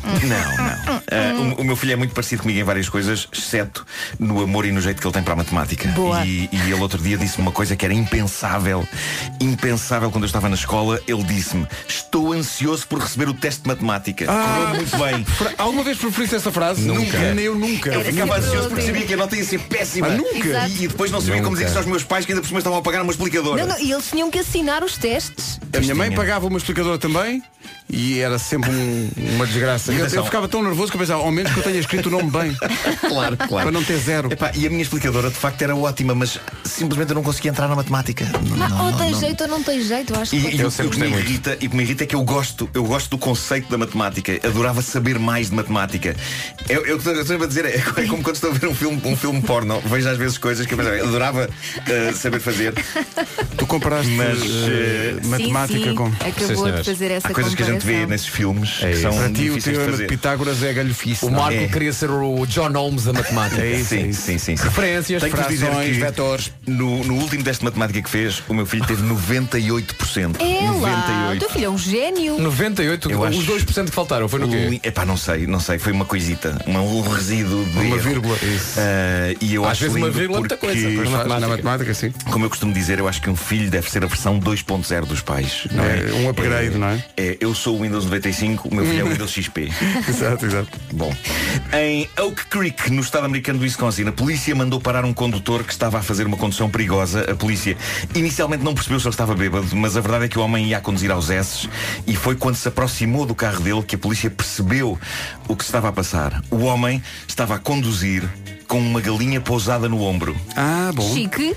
O meu filho é muito parecido comigo em várias coisas, exceto no amor e no jeito que ele tem para a matemática. Boa. E ele outro dia disse-me uma coisa que era impensável quando eu estava na escola. Ele disse-me: estou ansioso por receber o teste de matemática. Correu muito bem. Alguma vez preferiste essa frase? Nunca. Nem eu nunca. Eu ficava ansioso porque sabia que a nota ia ser péssima. Nunca. E depois não sabia como dizer isso aos meus pais, que ainda por cima estavam a pagar uma explicadora. Não, e eles tinham que assinar os testes. A minha mãe pagava uma explicadora também. E era sempre uma desgraça. Eu ficava tão nervoso que eu pensava, ao menos que eu tenha escrito o nome bem. Claro. Para não ter zero. Epá, e a minha explicadora de facto era ótima, mas simplesmente eu não conseguia entrar na matemática. Ou tem jeito ou não tem jeito, acho que o que me irrita é que eu gosto do conceito da matemática. Adorava saber mais de matemática. Eu estou a dizer, é como quando estou a ver um filme porno. Vejo às vezes coisas que eu pensava, adorava saber fazer. Tu comparaste matemática com... Acabou de fazer essa Há coisas que a gente vê nesses filmes que são para ti, difíceis o de fazer. de Pitágoras é galhofice. O Marco queria ser o John Holmes da matemática. Sim. Referências, frações, vetores. No último teste de matemática que fez, o meu filho teve 98%. O teu filho é um gênio. 98%? Os 2% que faltaram, foi no quê? Epá, não sei. Foi uma coisita. Um resíduo de uma erro. Vírgula. E eu às acho vezes lindo uma vírgula é muita coisa. Na matemática, sim. Como eu costumo dizer, eu acho que um filho deve ser a versão 2.0 dos pais. Não é? Um upgrade, não é? Eu sou o Windows 95, o meu filho é o Windows XP. Exato. Bom, em Oak Creek, no estado americano do Wisconsin, a polícia mandou parar um condutor que estava a fazer uma condução perigosa. A polícia inicialmente não percebeu se ele estava bêbado, mas a verdade é que o homem ia a conduzir aos S e foi quando se aproximou do carro dele que a polícia percebeu o que se estava a passar. O homem estava a conduzir com uma galinha pousada no ombro. Bom. Chique.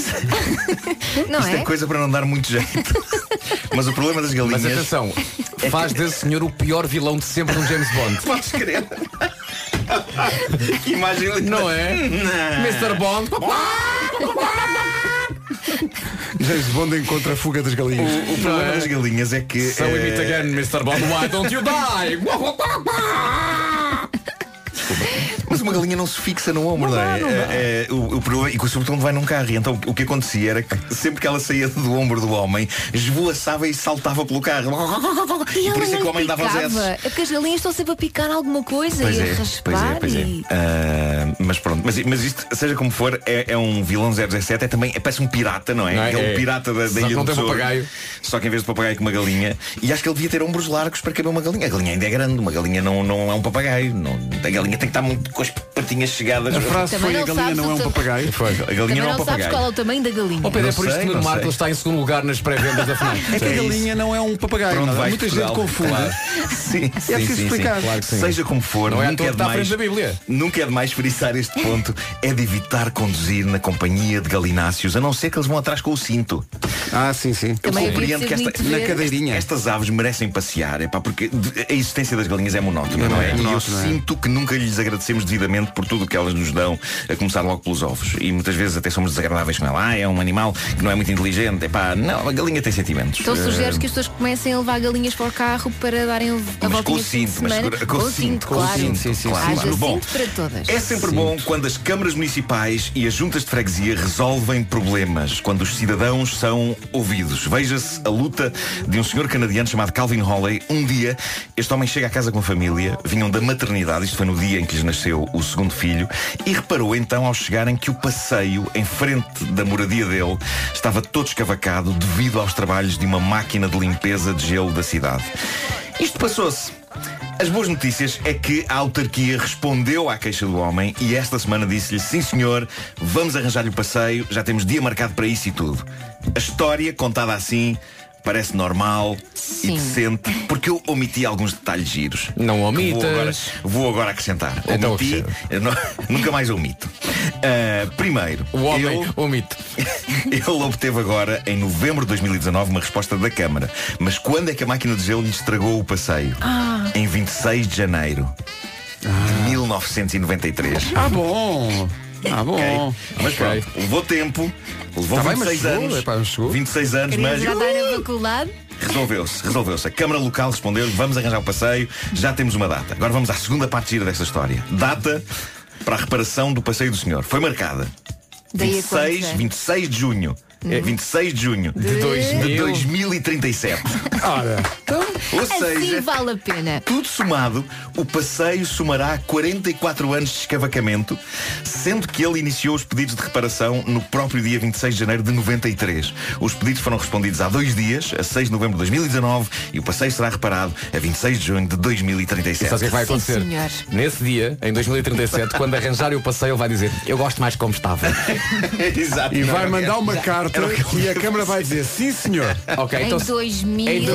Não Isto é coisa para não dar muito jeito. Mas o problema das galinhas... Mas atenção, faz desse senhor o pior vilão de sempre no James Bond. Podes crer. Que imagem linda. Não é? Não. Mr. Bond. James Bond encontra a fuga das galinhas. O problema das galinhas é que... So we meet again, Mr. Bond. Why don't you die? Mas uma galinha não se fixa no ombro, não é? O problema, e sobretudo quando vai num carro. E então o que acontecia era que sempre que ela saía do ombro do homem, esvoaçava e saltava pelo carro. E por isso é que o homem dava os S. É porque as galinhas estão sempre a picar alguma coisa Pois e é, a raspar. Mas pronto, mas isto, seja como for, é um vilão 017, parece um pirata, não é? É um pirata da ilha do tesouro. Só que em vez de papagaio com uma galinha. E acho que ele devia ter ombros largos para caber uma galinha. A galinha ainda é grande, uma galinha não é um papagaio. A galinha tem que estar muito com as patinhas chegadas. A frase foi: a galinha não é um papagaio. A galinha não é um papagaio. Sabes qual é o tamanho da galinha. Pedro, é por isso que o Marco está em segundo lugar nas pré-vendas da FNAC. É que a galinha não é um papagaio. Muita gente confunde. Sim, é preciso explicar. Claro que sim. Seja como for, não nunca é demais frisar este ponto. É de evitar conduzir na companhia de galináceos, a não ser que eles vão atrás com o cinto. Sim. Eu compreendo que na cadeirinha estas aves merecem passear, porque a existência das galinhas é monótona, não é? E eu sinto que nunca lhes agradecemos devidamente por tudo o que elas nos dão, a começar logo pelos ovos. E muitas vezes até somos desagradáveis com ela. É um animal que não é muito inteligente. Não, a galinha tem sentimentos. Então sugeres que as pessoas comecem a levar galinhas para o carro para darem a voltinha de fim de semana? Com o cinto, claro. Haja cinto para todas. É sempre bom quando as câmaras municipais e as juntas de freguesia resolvem problemas, quando os cidadãos são ouvidos. Veja-se a luta de um senhor canadiano chamado Calvin Hawley. Um dia, este homem chega à casa com a família, vinham da maternidade, isto foi no dia em que lhes nasceu o segundo filho, e reparou então ao chegarem que o passeio em frente da moradia dele estava todo escavacado devido aos trabalhos de uma máquina de limpeza de gelo da cidade. Isto passou-se. As boas notícias é que a autarquia respondeu à queixa do homem e esta semana disse-lhe: sim senhor, vamos arranjar-lhe o passeio, já temos dia marcado para isso e tudo. A história, contada assim, parece normal e decente, porque eu omiti alguns detalhes giros. Não omitas. Vou agora acrescentar. Então, omiti, nunca mais omito. Primeiro, o homem omite. Ele obteve agora, em novembro de 2019, uma resposta da Câmara. Mas quando é que a máquina de gelo lhe estragou o passeio? Em 26 de janeiro de 1993. Bom. Okay. Mas pronto, levou tempo. Levou 26 anos. 26 anos, mas já está na faculdade. Resolveu-se. A Câmara Local respondeu-lhe: vamos arranjar o passeio, já temos uma data. Agora vamos à segunda parte gira desta história. Data para a reparação do passeio do senhor. Foi marcada 26 de junho. 26 de junho de 2037. Ora, então, ou seja, assim vale a pena. Tudo somado, o passeio somará 44 anos de escavacamento, sendo que ele iniciou os pedidos de reparação no próprio dia 26 de janeiro de 93. Os pedidos foram respondidos há 2 dias, a 6 de novembro de 2019, e o passeio será reparado a 26 de junho de 2037. E sabe o que vai acontecer? Nesse dia, em 2037, quando arranjarem o passeio, ele vai dizer: eu gosto mais como estava. Exato. E vai mandar uma carta e a Câmara vai dizer: sim senhor. Ok, então em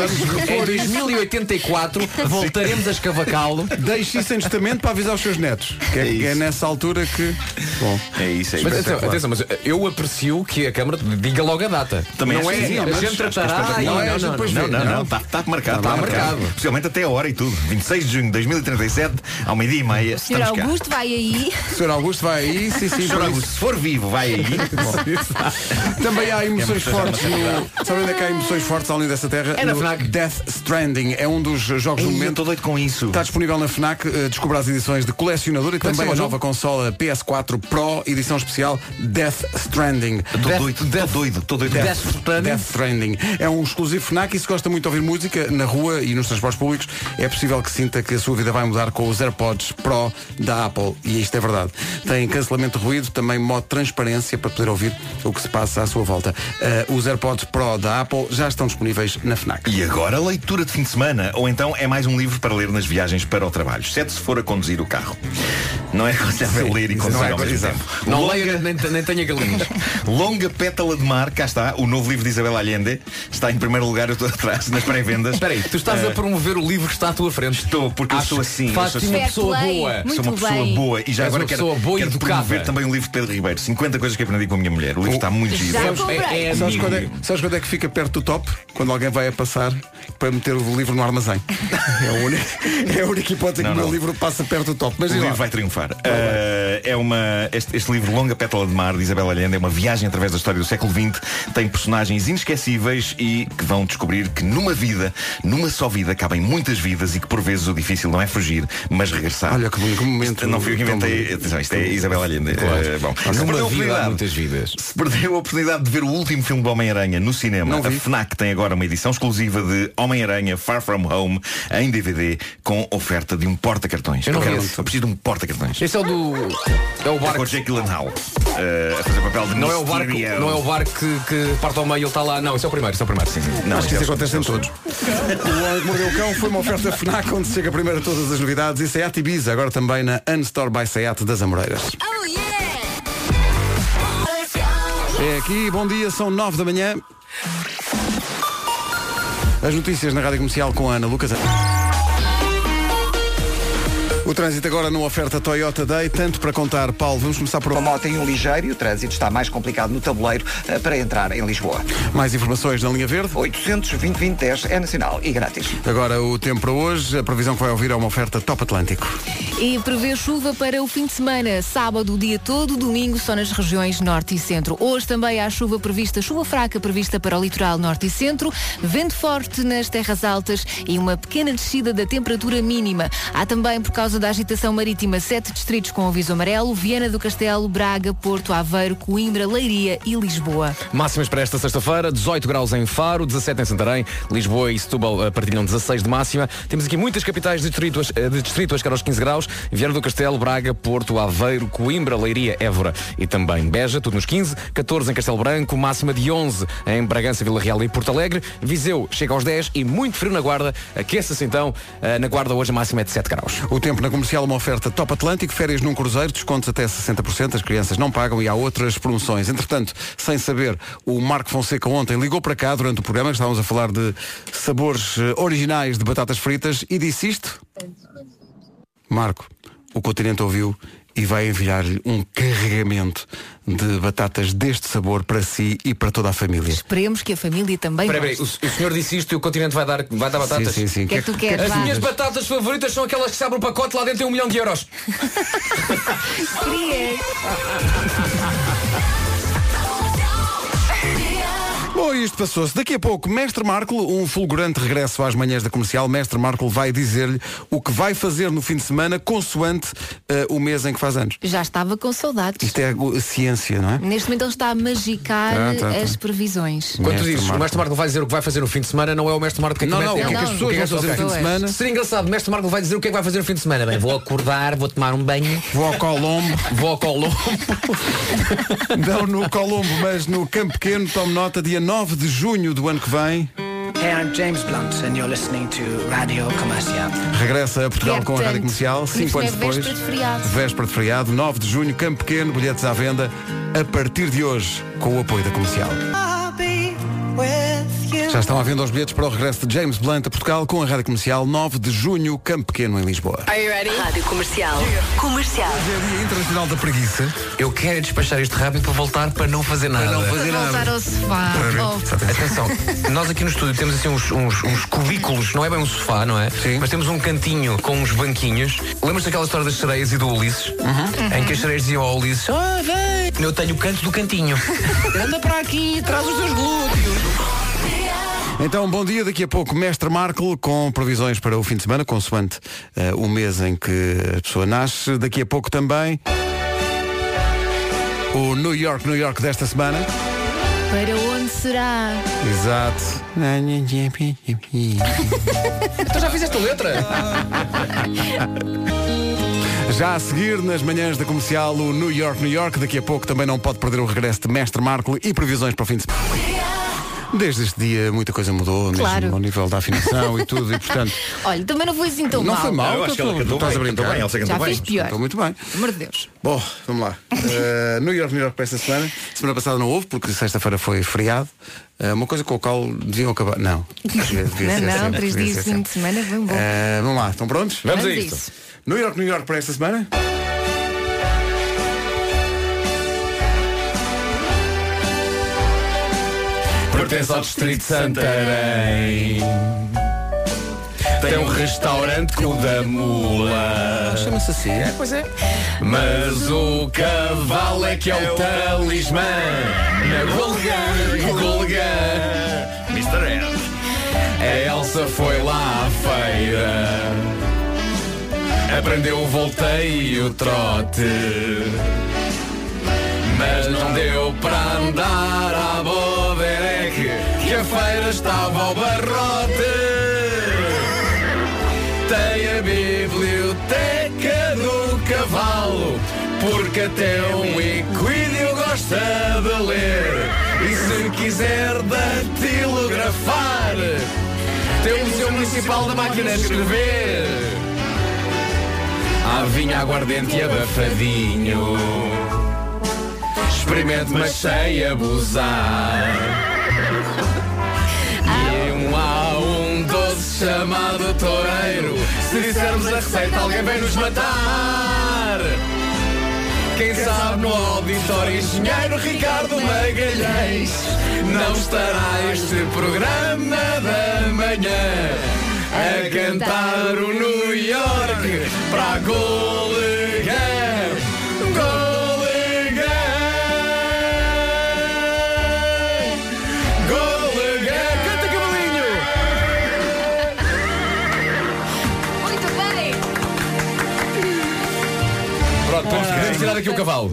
2084 voltaremos a escavacá-lo. Deixe isso em testamento para avisar os seus netos. Que é nessa altura que... Bom, é isso. Mas atenção, mas eu aprecio que a Câmara diga logo a data. Também não é assim, a gente tratará. Não, está marcado. Está marcado. Possivelmente até a hora e tudo. 26 de junho de 2037, ao 12h30. Sr. Augusto vai aí. Sr. Augusto vai aí, sim. Sr. Augusto, se for vivo, vai aí. Também há emoções fortes no... Sabe onde é que há emoções fortes além dessa terra? É na FNAC. Death Stranding é um dos jogos do momento. Estou doido com isso. Está disponível na FNAC. Descubra as edições de colecionador e também a nova consola PS4 Pro, edição especial Death Stranding. Estou doido. Death Stranding. É um exclusivo FNAC e se gosta muito de ouvir música na rua e nos transportes públicos, é possível que sinta que a sua vida vai mudar com os AirPods Pro da Apple. E isto é verdade. Tem cancelamento de ruído, também modo transparência para poder ouvir o que se passa à sua volta. Os AirPods Pro da Apple já estão disponíveis na FNAC. E agora leitura de fim de semana, ou então é mais um livro para ler nas viagens para o trabalho, exceto se for a conduzir o carro. Não é aconselhável ler e conduzir ao mesmo tempo. Não leia, nem tenha galinhas. Longa Pétala de Mar, cá está, o novo livro de Isabel Allende. Está em primeiro lugar, eu estou atrás, nas pré-vendas. Espera aí, tu estás a promover o livro que está à tua frente. Estou, porque eu sou assim. Faz-te uma pessoa boa. Sou uma pessoa boa. E já agora quero promover também um livro de Pedro Ribeiro, 50 coisas que aprendi com a minha mulher. O livro está muito giro. Sabes quando é que fica perto do top? Quando alguém vai a passar para meter o livro no armazém. É a única hipótese que o meu livro passa perto do top. Mas o livro vai triunfar. Este livro, Longa Pétala de Mar, de Isabel Allende, é uma viagem através da história do século XX. Tem personagens inesquecíveis e que vão descobrir que numa só vida, cabem muitas vidas e que por vezes o difícil não é fugir, mas regressar. Olha que bonito momento. Não fui eu que inventei. Atenção, isto é Isabel Allende. Numa vida há muitas vidas. Se perdeu a oportunidade de ver o último filme do Homem-Aranha no cinema, a FNAC tem agora uma edição exclusiva de Homem-Aranha Far From Home em DVD com oferta de um porta-cartões. Eu preciso de um porta-cartões. Esse é o barco. Com o Jake Gyllenhaal a fazer papel de não é o barco. Não é o barco que parte ao meio e ele está lá. Não, esse é o primeiro. Sim. Não, acho que isso acontece em todos. O Homem que Mordeu o Cão foi uma oferta FNAC onde chega primeiro a todas as novidades e Seat Ibiza, agora também na Unstore by Seat das Amoreiras. Oh, yeah! É aqui, bom dia, são 9 da manhã. As notícias na Rádio Comercial com a Ana Lucas. O trânsito agora numa oferta Toyota Day, tanto para contar, Paulo, vamos começar por... Uma moto em um ligeiro e o trânsito está mais complicado no tabuleiro para entrar em Lisboa. Mais informações na linha verde? 800-2020-10 é nacional e grátis. Agora o tempo para hoje, a previsão que vai ouvir é uma oferta Top Atlântico. E prevê chuva para o fim de semana, sábado o dia todo, domingo só nas regiões norte e centro. Hoje também há chuva prevista, chuva fraca prevista para o litoral norte e centro, vento forte nas terras altas e uma pequena descida da temperatura mínima. Há também, por causa da agitação marítima, 7 distritos com aviso amarelo: Viana do Castelo, Braga, Porto, Aveiro, Coimbra, Leiria e Lisboa. Máximas para esta sexta-feira: 18 graus em Faro, 17 em Santarém, Lisboa e Setúbal partilham 16 de máxima. Temos aqui muitas capitais de distrito a chegar aos 15 graus. Viana do Castelo, Braga, Porto, Aveiro, Coimbra, Leiria, Évora e também Beja, tudo nos 15, 14 em Castelo Branco, máxima de 11 em Bragança, Vila Real e Porto Alegre, Viseu chega aos 10 e muito frio na Guarda, aqueça-se então, na Guarda hoje a máxima é de 7 graus. O tempo na Comercial, uma oferta Top Atlântico, férias num cruzeiro, descontos até 60%, as crianças não pagam e há outras promoções. Entretanto, sem saber, o Marco Fonseca ontem ligou para cá durante o programa, estávamos a falar de sabores originais de batatas fritas e disse isto. Marco, o Continente ouviu e vai enviar-lhe um carregamento de batatas deste sabor para si e para toda a família. Esperemos que a família também Peraí, o senhor disse isto e o Continente vai dar batatas? Sim. O que é que tu queres? As minhas batatas favoritas são aquelas que se abrem o pacote, lá dentro tem 1 milhão de euros. Bom, isto passou-se. Daqui a pouco, Mestre Marco, um fulgurante regresso às manhãs da Comercial. Mestre Marco vai dizer-lhe o que vai fazer no fim de semana, consoante o mês em que faz anos. Já estava com saudades. Isto é ciência, não é? Neste momento ele está a magicar as previsões. Quando tu dizes, o Mestre Marco vai dizer o que vai fazer no fim de semana, não é o Mestre Marco que Não, o que é que as pessoas vão fazer no fim de semana? Seria engraçado, o Mestre Marco vai dizer o que é que vai fazer no fim de semana. Bem, vou acordar, vou tomar um banho. Vou ao Colombo. Não no Colombo, mas no Campo Pequeno. Tome nota, dia 9 de junho do ano que vem. Hey, I'm James Blunt and you're listening to Radio Comercial. Regressa a Portugal com a Rádio Comercial, 5 anos depois. Véspera de feriado. Véspera de feriado, 9 de junho, Campo Pequeno, bilhetes à venda a partir de hoje, com o apoio da Comercial. Já estão à venda os bilhetes para o regresso de James Blunt a Portugal com a Rádio Comercial, 9 de junho, Campo Pequeno, em Lisboa. Are you ready? Rádio Comercial. Comercial. Hoje é Dia Internacional da Preguiça. Eu quero despachar isto rápido para voltar para não fazer nada. Voltar ao sofá. Atenção, nós aqui no estúdio temos assim uns cubículos, não é bem um sofá, não é? Sim. Mas temos um cantinho com uns banquinhos. Lembras daquela história das sereias e do Ulisses? Em que as sereias diziam ao Ulisses: vem! Eu tenho o canto do cantinho. Anda para aqui, traz os teus glúteos. Então, bom dia. Daqui a pouco, Mestre Marco, com previsões para o fim de semana, consoante o mês em que a pessoa nasce. Daqui a pouco também o New York desta semana. Para onde será? Exato. Tu já fizeste a letra? Já a seguir, nas manhãs da Comercial, o New York. Daqui a pouco também não pode perder o regresso de Mestre Marco e previsões para o fim de semana. Desde este dia muita coisa mudou, claro, mesmo ao nível da afinação e tudo, e portanto... Olha, também não foi assim tão mal. Não foi mal, eu acho que ela cantou estás a brincar. bem, Elsa cantou já bem. fiz pior. Cantou muito bem. Pelo amor de Deus. Bom, vamos lá. New York para esta semana. Semana passada não houve, porque sexta-feira foi feriado. Uma coisa com a qual deviam acabar. Não. Não, 3 dias de fim de semana, vamos bom. Vamos lá, estão prontos? Vamos a isso. New York para esta semana. Pertence ao distrito de Santarém. Tem um restaurante com o da mula. Chama-se assim. Pois é. Mas o cavalo é que é o talismã. Na Golgã. Mr. M. A Elsa foi lá à feira. Aprendeu o volteio e o trote. Mas não deu para andar à bodereque, que a feira estava ao barrote. Tem a biblioteca do cavalo, porque até um equídeo gosta de ler. E se quiser datilografar, tem o Museu Municipal da Máquina de Escrever. Há vinho, aguardente e abafadinho. Experimente, mas sem abusar. E há um doce chamado toureiro. Se dissermos a receita, alguém vem nos matar. Quem sabe no auditório, engenheiro Ricardo Magalhães. Não estará este programa da manhã a cantar o New York para a Golgã. enganar aqui o cavalo.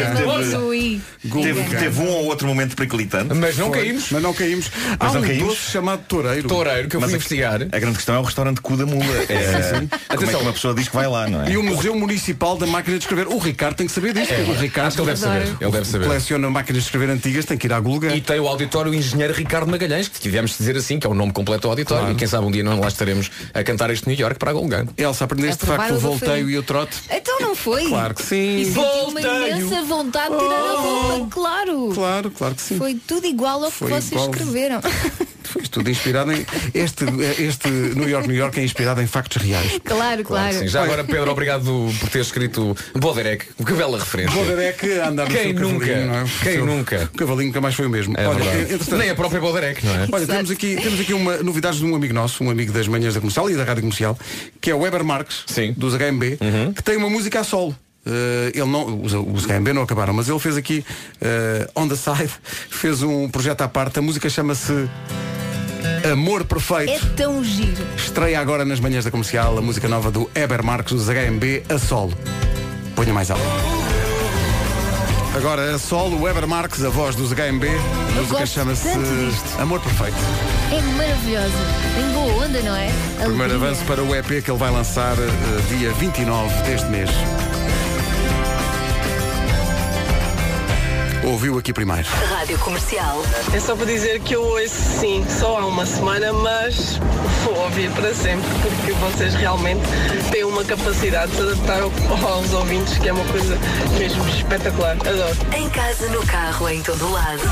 Teve um ou outro momento periclitante. Mas não caímos. Há um doce chamado toureiro. Toureiro, que eu fui investigar. A grande questão é o restaurante Cu da Mula. Como é que uma pessoa diz que vai lá, não é? E o Museu Municipal da Máquina de Escrever. O Ricardo tem que saber disto. O Ricardo, acho que ele deve saber. Coleciona máquinas de escrever antigas, tem que ir à Gulga. E tem o auditório Engenheiro Ricardo Magalhães, que tivemos de dizer assim, que é o nome completo do auditório. Claro. E quem sabe um dia nós lá estaremos a cantar este New York para a Gulga. Elsa, aprendeste de facto o volteio e o trote? Então não foi? Claro que sim. E senti uma imensa vontade de tirar a roupa, claro. Claro que sim. Foi tudo igual ao que vocês escreveram. Foi tudo inspirado em... Este New York é inspirado em factos reais. Claro. Sim. Já agora, Pedro, obrigado por ter escrito Boderek. Que bela referência. Boderek a andar no seu cavalinho, não é? Quem nunca? O cavalinho nunca mais foi o mesmo. Nem a própria Boderek, não é? Olha, temos aqui uma novidade de um amigo nosso, um amigo das manhãs da Comercial e da Rádio Comercial, que é o Weber Marques, dos HMB, que tem uma música a solo. Ele não, os HMB não acabaram, mas ele fez aqui on the side, fez um projeto à parte. A música chama-se Amor Perfeito. É tão giro. Estreia agora nas manhãs da Comercial a música nova do Weber Marques, dos HMB, a solo. Ponha mais alto. Agora a solo, o Weber Marques, a voz dos HMB. A música chama-se Amor Perfeito. É maravilhosa. Em boa onda, não é? Primeiro avanço para o EP que ele vai lançar dia 29 deste mês. Ouviu aqui primeiro. Rádio Comercial. É só para dizer que eu ouço sim, só há uma semana, mas vou ouvir para sempre, porque vocês realmente têm uma capacidade de se adaptar aos ouvintes, que é uma coisa mesmo espetacular. Adoro. Em casa, no carro, em todo lado.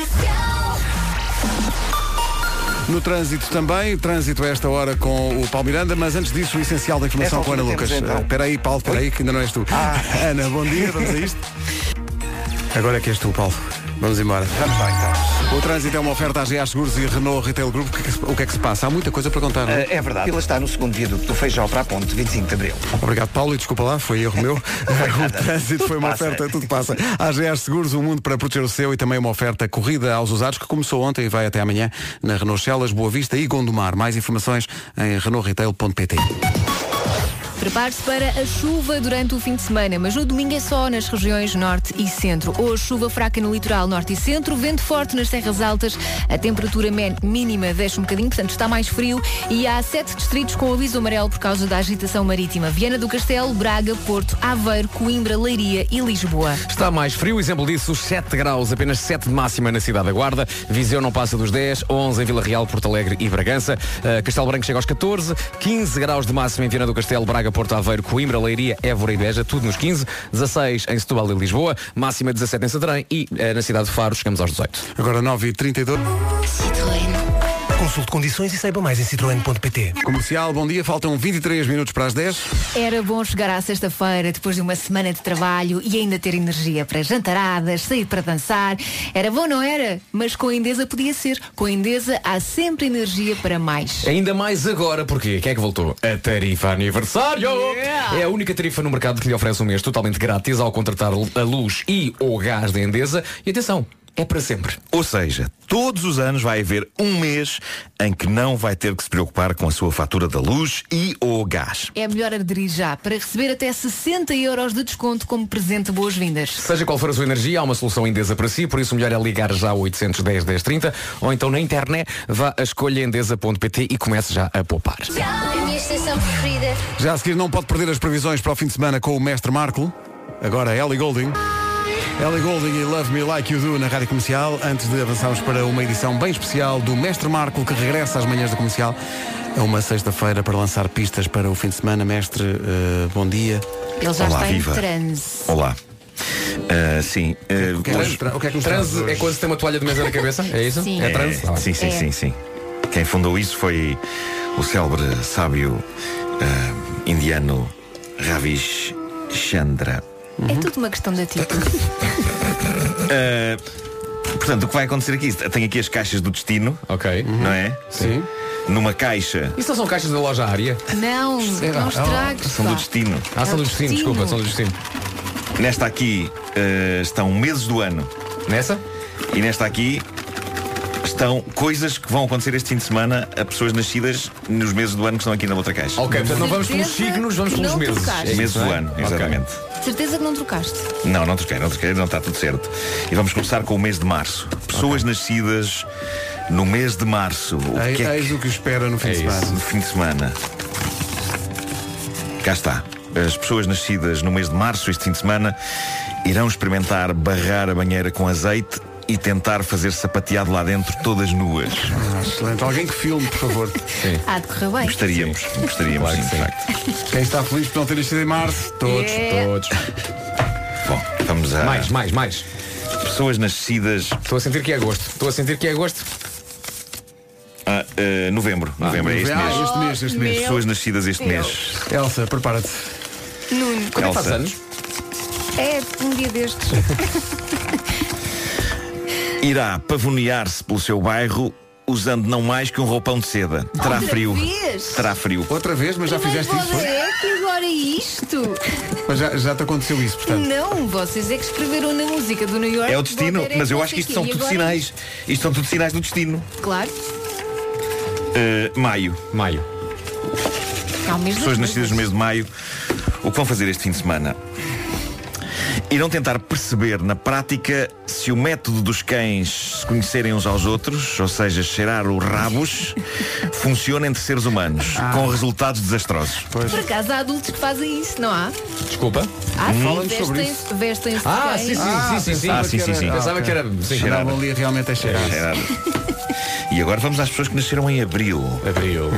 No trânsito também, trânsito a esta hora com o Paulo Miranda, mas antes disso o essencial da informação com a Ana Lucas. Espera aí, Paulo, espera aí, que ainda não és tu. Ana, bom dia, vamos a isto. Agora é que és tu, Paulo. Vamos embora. Vamos lá então. O trânsito é uma oferta à GA Seguros e Renault Retail Group. O que é que se passa? Há muita coisa para contar, não é? É verdade. Ele está no segundo viaduto do Feijó para a ponte, 25 de Abril. Obrigado, Paulo, e desculpa lá, foi erro meu. O trânsito foi uma oferta, tudo passa. A GA Seguros, um mundo para proteger o seu, e também uma oferta corrida aos usados que começou ontem e vai até amanhã na Renault Celas, Boa Vista e Gondomar. Mais informações em renaultretail.pt. Prepare-se para a chuva durante o fim de semana, mas no domingo é só nas regiões norte e centro. Hoje, chuva fraca no litoral norte e centro, vento forte nas terras altas, a temperatura mínima desce um bocadinho, portanto está mais frio, e há 7 distritos com aviso amarelo por causa da agitação marítima: Viana do Castelo, Braga, Porto, Aveiro, Coimbra, Leiria e Lisboa. Está mais frio, exemplo disso, 7 graus, apenas 7 de máxima na cidade da Guarda, Viseu não passa dos 10, 11 em Vila Real, Porto Alegre e Bragança, Castelo Branco chega aos 14, 15 graus de máxima em Viana do Castelo, Braga, Porto Aveiro, Coimbra, Leiria, Évora e Beja, tudo nos 15, 16 em Setúbal e Lisboa, máxima 17 em Santarém e na cidade de Faro chegamos aos 18. Agora 9h32. Consulte condições e saiba mais em citroen.pt. Comercial, bom dia, faltam 23 minutos para as 10. Era bom chegar à sexta-feira depois de uma semana de trabalho e ainda ter energia para jantaradas, sair para dançar. Era bom, não era? Mas com a Endesa podia ser. Com a Endesa há sempre energia para mais. Ainda mais agora, porque quem é que voltou? A tarifa aniversário! É a única tarifa no mercado que lhe oferece um mês totalmente grátis ao contratar a luz e ou gás da Endesa. E atenção, é para sempre. Ou seja, todos os anos vai haver um mês em que não vai ter que se preocupar com a sua fatura da luz e ou gás. É melhor aderir já para receber até 60 € de desconto como presente de boas-vindas. Seja qual for a sua energia, há uma solução Endesa para si, por isso o melhor é ligar já ao 810 1030 ou então na internet vá a escolhaendesa.pt e comece já a poupar. A minha estação preferida. Já a seguir não pode perder as previsões para o fim de semana com o Mestre Marco. Agora Ellie Goulding. Ellie Goulding e Love Me Like You Do na Rádio Comercial, antes de avançarmos para uma edição bem especial do Mestre Marco, que regressa às manhãs da Comercial. É uma sexta-feira para lançar pistas para o fim de semana. Mestre, bom dia. Ele já Olá, está viva. em transe. Olá. Sim. O que é que nos transe é quando se tem uma toalha de mesa na cabeça? É isso? Sim. É transe? Sim. Quem fundou isso foi o célebre sábio indiano Ravi Chandra. É tudo uma questão de atitude. Portanto, o que vai acontecer aqui? Tenho aqui as caixas do destino. Ok. Não é? Sim. Numa caixa. Isso não são caixas da loja Área? Não estragues. São do destino. São do destino, desculpa, são do destino. Nesta aqui estão meses do ano. Nessa? E nesta aqui estão coisas que vão acontecer este fim de semana a pessoas nascidas nos meses do ano que estão aqui na outra caixa. Ok, portanto não vamos pelos signos, vamos pelos meses. Meses do ano, exatamente. Certeza que não trocaste? Não troquei, não está tudo certo. E vamos começar com o mês de março. Pessoas nascidas no mês de março. Eis o que espera no fim de semana. No fim de semana. Cá está. As pessoas nascidas no mês de março, este fim de semana, irão experimentar barrar a banheira com azeite e tentar fazer sapateado lá dentro todas nuas. Excelente. Alguém que filme, por favor. Sim. Há de correr bem. Gostaríamos, sim, de facto. Quem está feliz por não ter nascido em março? Todos. Bom, vamos a... Mais. Pessoas nascidas... Estou a sentir que é agosto. Novembro, é este mês. Este mês. Pessoas nascidas este mês. Elsa, prepara-te. Nuno. Quando faz anos? É um dia destes. Irá pavonear-se pelo seu bairro usando não mais que um roupão de seda. Terá frio. Terá frio. Outra vez, mas já fizeste isso? É que agora é isto. Mas já te aconteceu isso, portanto. Não, vocês é que escreveram na música do New York. É o destino, mas eu acho que isto são tudo sinais. Isto são tudo sinais do destino. Claro. Maio. Pessoas nascidas no mês de maio. O que vão fazer este fim de semana? Irão tentar perceber na prática se o método dos cães se conhecerem uns aos outros, ou seja, cheirar os rabos, funciona entre seres humanos, com resultados desastrosos. Por acaso há adultos que fazem isso, não há? Desculpa. Vestem-se sim. Pensava que era cheirar ali realmente é cheirar. E agora vamos às pessoas que nasceram em abril. Abril.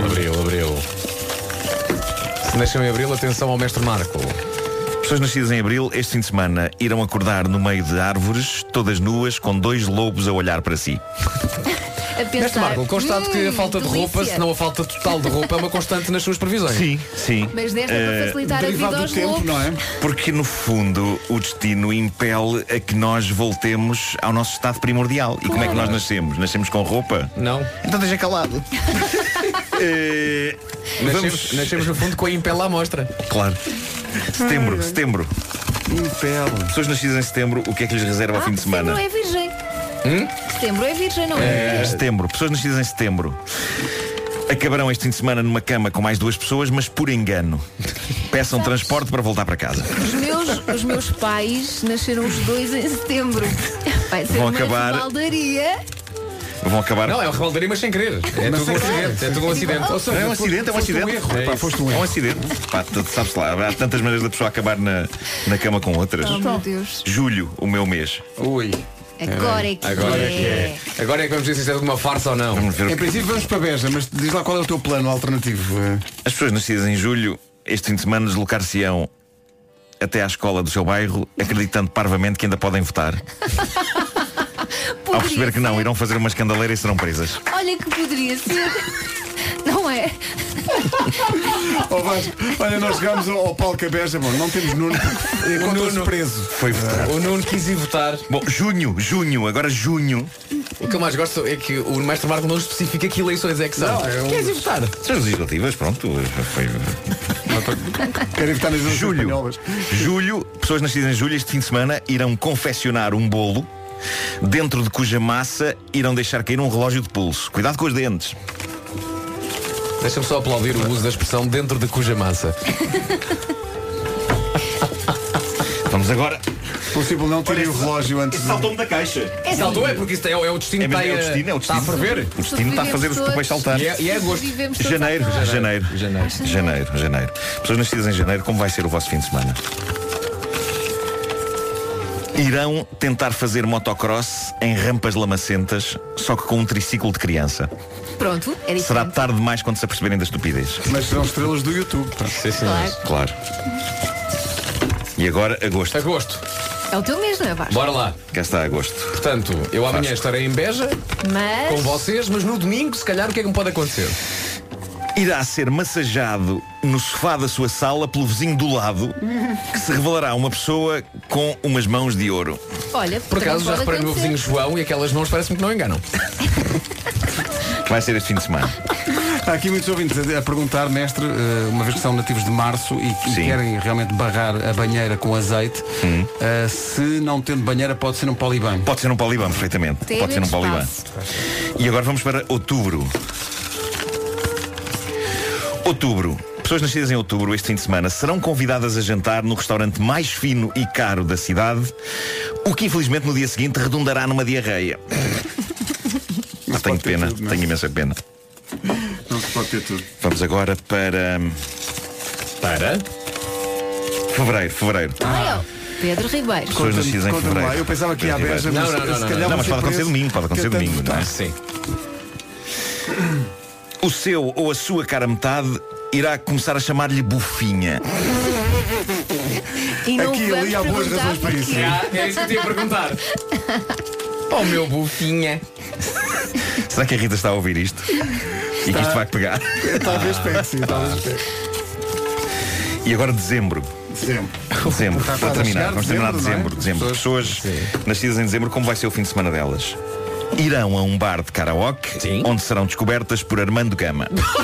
Se nasceu em abril, atenção ao mestre Marco. Pessoas nascidas em abril, este fim de semana, irão acordar no meio de árvores, todas nuas, com 2 lobos a olhar para si. Mestre Marco, constato que a falta de roupa, se não a falta total de roupa, é uma constante nas suas previsões. Sim. Mas desta é para facilitar a vida aos lobos. Não é? Porque no fundo o destino impele a que nós voltemos ao nosso estado primordial. E como é que nós nascemos? Nascemos com roupa? Não. Então deixa calado. Nascemos no fundo com a impela à mostra. Claro. Setembro. Impele. Pessoas nascidas em setembro, o que é que lhes reserva ao fim de semana? Setembro é virgem. Setembro é virgem, não é? Setembro. Pessoas nascidas em setembro acabarão este fim de semana numa cama com mais 2 pessoas, mas por engano. Peçam transporte para voltar para casa. Os meus pais nasceram os 2 em setembro. Vai ser uma rebaldaria. Vão acabar. Não, é uma rebaldaria, mas sem querer. É tudo um acidente. Não é um acidente, é um acidente. Foste um erro. É um acidente. Pá, sabes lá, há tantas maneiras da pessoa acabar na cama com outras. Oh, meu Deus. Julho, o meu mês. Ui. Agora é que é. Agora é que vamos dizer se é de uma farsa ou não. Em princípio vamos para Beja, mas diz lá qual é o teu plano alternativo. As pessoas nascidas em julho, este fim de semana, deslocar-se-ão até à escola do seu bairro, acreditando parvamente que ainda podem votar. Ao perceber que não, irão fazer uma escandaleira e serão presas. Olha que poderia ser. Não é? Olha, nós chegámos ao palco a Beja. Bom, não temos Nuno, encontrou-se preso. Foi votar. O Nuno quis ir votar. Bom, junho. O que eu mais gosto é que o mestre Marco não especifica que eleições é que são. Queres ir votar? São legislativas, pronto. Quero evitar nas Julho, pessoas nascidas em julho, este fim de semana, irão confeccionar um bolo, dentro de cuja massa irão deixar cair um relógio de pulso. Cuidado com os dentes. Deixa-me só aplaudir o uso da expressão dentro de cuja massa. Vamos agora. Possível não tirei o relógio antes. Saltou-me da caixa. Saltou porque isto é o destino que está a ferver. O destino está a fazer os papéis saltar. E é agosto. Janeiro. Pessoas nascidas em janeiro, como vai ser o vosso fim de semana? Irão tentar fazer motocross em rampas lamacentas, só que com um triciclo de criança. Pronto, é diferente. Será tarde demais quando se aperceberem da estupidez. Mas são estrelas do YouTube. Claro. E agora, agosto. É o teu mês, não é, Vasco? Bora lá. Cá está agosto. Portanto, eu amanhã estarei em Beja com vocês, mas no domingo, se calhar, o que é que me pode acontecer? Irá ser massageado no sofá da sua sala pelo vizinho do lado, que se revelará uma pessoa com umas mãos de ouro. Olha, por acaso já reparei no meu vizinho João e aquelas mãos parece-me que não enganam. Vai ser este fim de semana. Há aqui muitos ouvintes a perguntar, mestre, uma vez que são nativos de março e querem realmente barrar a banheira com azeite, se não tendo banheira pode ser um poliban. Pode ser um poliban, perfeitamente. Pode ser um poliban. E agora vamos para outubro. Pessoas nascidas em outubro, este fim de semana, serão convidadas a jantar no restaurante mais fino e caro da cidade, o que infelizmente no dia seguinte redundará numa diarreia. Tenho pena, tudo, tenho imensa pena. Não se pode ter tudo. Vamos agora para Fevereiro. Pedro Ribeiro. Pessoas nascidas em fevereiro. Eu pensava que ia a Beja, mas pode acontecer domingo, não é? Sim. O seu ou a sua cara metade irá começar a chamar-lhe bufinha. E não aqui ali há boas razões para isso. É isso que eu tinha a perguntar. Oh, meu bufinha. Será que a Rita está a ouvir isto? E que isto vai pegar? Talvez pegue, sim, talvez pegue. E agora dezembro. Para terminar, vamos terminar dezembro. Pessoas nascidas em dezembro, como vai ser o fim de semana delas? Irão a um bar de karaoke, onde serão descobertas por Armando Gama.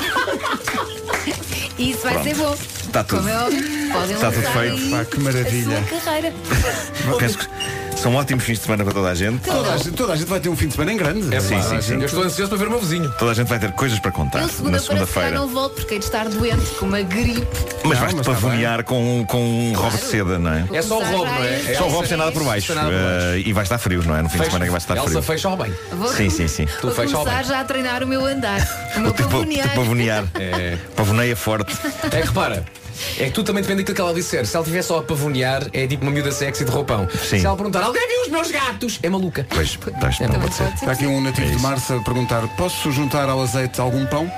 Isso vai ser bom. Está tudo. Está tudo feito. Pá, que maravilha. A sua carreira. Penso que são ótimos fins de semana para toda a gente. Toda a gente vai ter um fim de semana em grande. Sim. Eu estou ansioso para ver o meu vizinho. Toda a gente vai ter coisas para contar na segunda-feira. Não volto porque hei de estar doente com uma gripe. Mas vais-te pavonear com um robo de seda, não é? É só o robo, não é? Só o robo sem nada por baixo. E vai estar frio, não é? No fim de semana que vai estar frio. Elsa, fecha ao bem. Sim. Vou começar já a treinar o meu andar. O meu pavonear. Pavoneia forte. É que repara, é que tu também depende daquilo que ela disser. Se ela estiver só a pavonear, é tipo uma miúda sexy de roupão. Sim. Se ela perguntar, alguém viu os meus gatos? É maluca. Pois, não pode ser. Está aqui um nativo de Marça a perguntar: posso juntar ao azeite algum pão?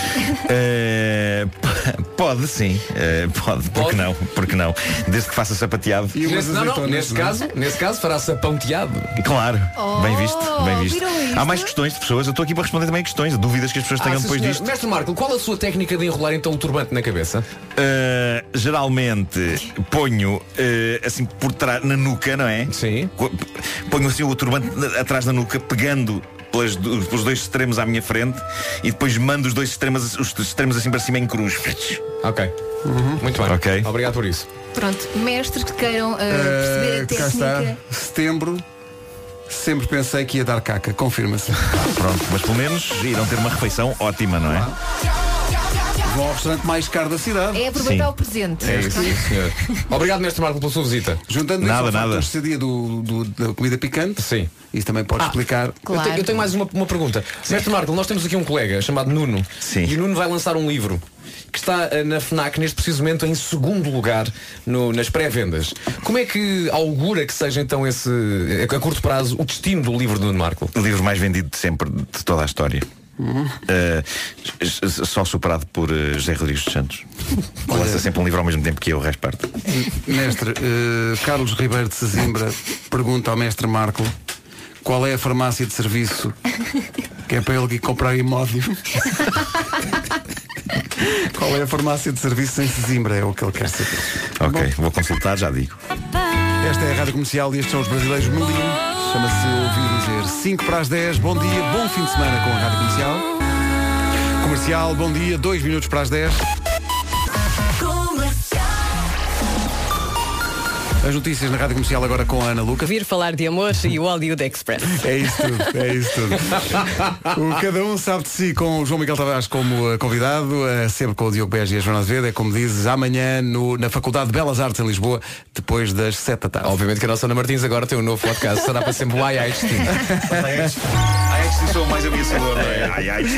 Pode, sim. Pode. Porque não? Desde que faça sapateado. Nesse caso fará sapanteado. Claro. Bem visto. Há mais questões de pessoas. Eu estou aqui para responder também a questões, dúvidas que as pessoas tenham depois disto. Mestre Marco, qual a sua técnica de enrolar então o turbante na cabeça? Geralmente ponho assim por trás, na nuca, não é? Sim. Ponho assim o turbante atrás da nuca, pegando pelos dois extremos à minha frente e depois mando os extremos assim para cima em cruz. Ok. Muito bem. Okay. Obrigado por isso. Pronto, mestres que queiram perceber a técnica. Cá está. Setembro. Sempre pensei que ia dar caca, confirma-se. Pronto, mas pelo menos irão ter uma refeição ótima, não é? Vão ao restaurante mais caro da cidade. É aproveitar o presente. É isso, senhor. Obrigado, mestre Marco, pela sua visita. Juntando nada. Este dia da comida picante. Sim. Isso também pode explicar. Claro. Eu tenho mais uma pergunta. Mestre Marco, nós temos aqui um colega chamado Nuno. Sim. E o Nuno vai lançar um livro que está na FNAC neste preciso momento em segundo lugar nas pré-vendas. Como é que augura que seja então esse, a curto prazo, o destino do livro do Nuno Marco? O livro mais vendido de sempre, de toda a história. Só superado por José Rodrigues dos Santos. Lança sempre um livro ao mesmo tempo que eu, o resto parte. Mestre, Carlos Ribeiro de Sesimbra pergunta ao mestre Marco qual é a farmácia de serviço que é para ele ir comprar imóvel. Qual é a farmácia de serviço em Sesimbra? É o que ele quer saber. Ok, vou consultar, já digo. Esta é a Rádio Comercial e estes são os brasileiros Melim. Chama-se Ouvir Dizer. 5 para as 10, bom dia, bom fim de semana com a Rádio Comercial. Comercial, bom dia, 2 minutos para as 10. As notícias na Rádio Comercial agora com a Ana Luca. Vir falar de amor e o Hollywood Express. É isso tudo. O Cada Um Sabe de Si com o João Miguel Tavares como convidado, sempre com o Diogo Beja e a Joana Azevedo, é como dizes, amanhã na Faculdade de Belas Artes em Lisboa, depois das 7 da tarde. Obviamente que a nossa Ana Martins agora tem um novo podcast, será para sempre o Ai Ai Destino. Ai Destino sou o mais ameaçador, não é?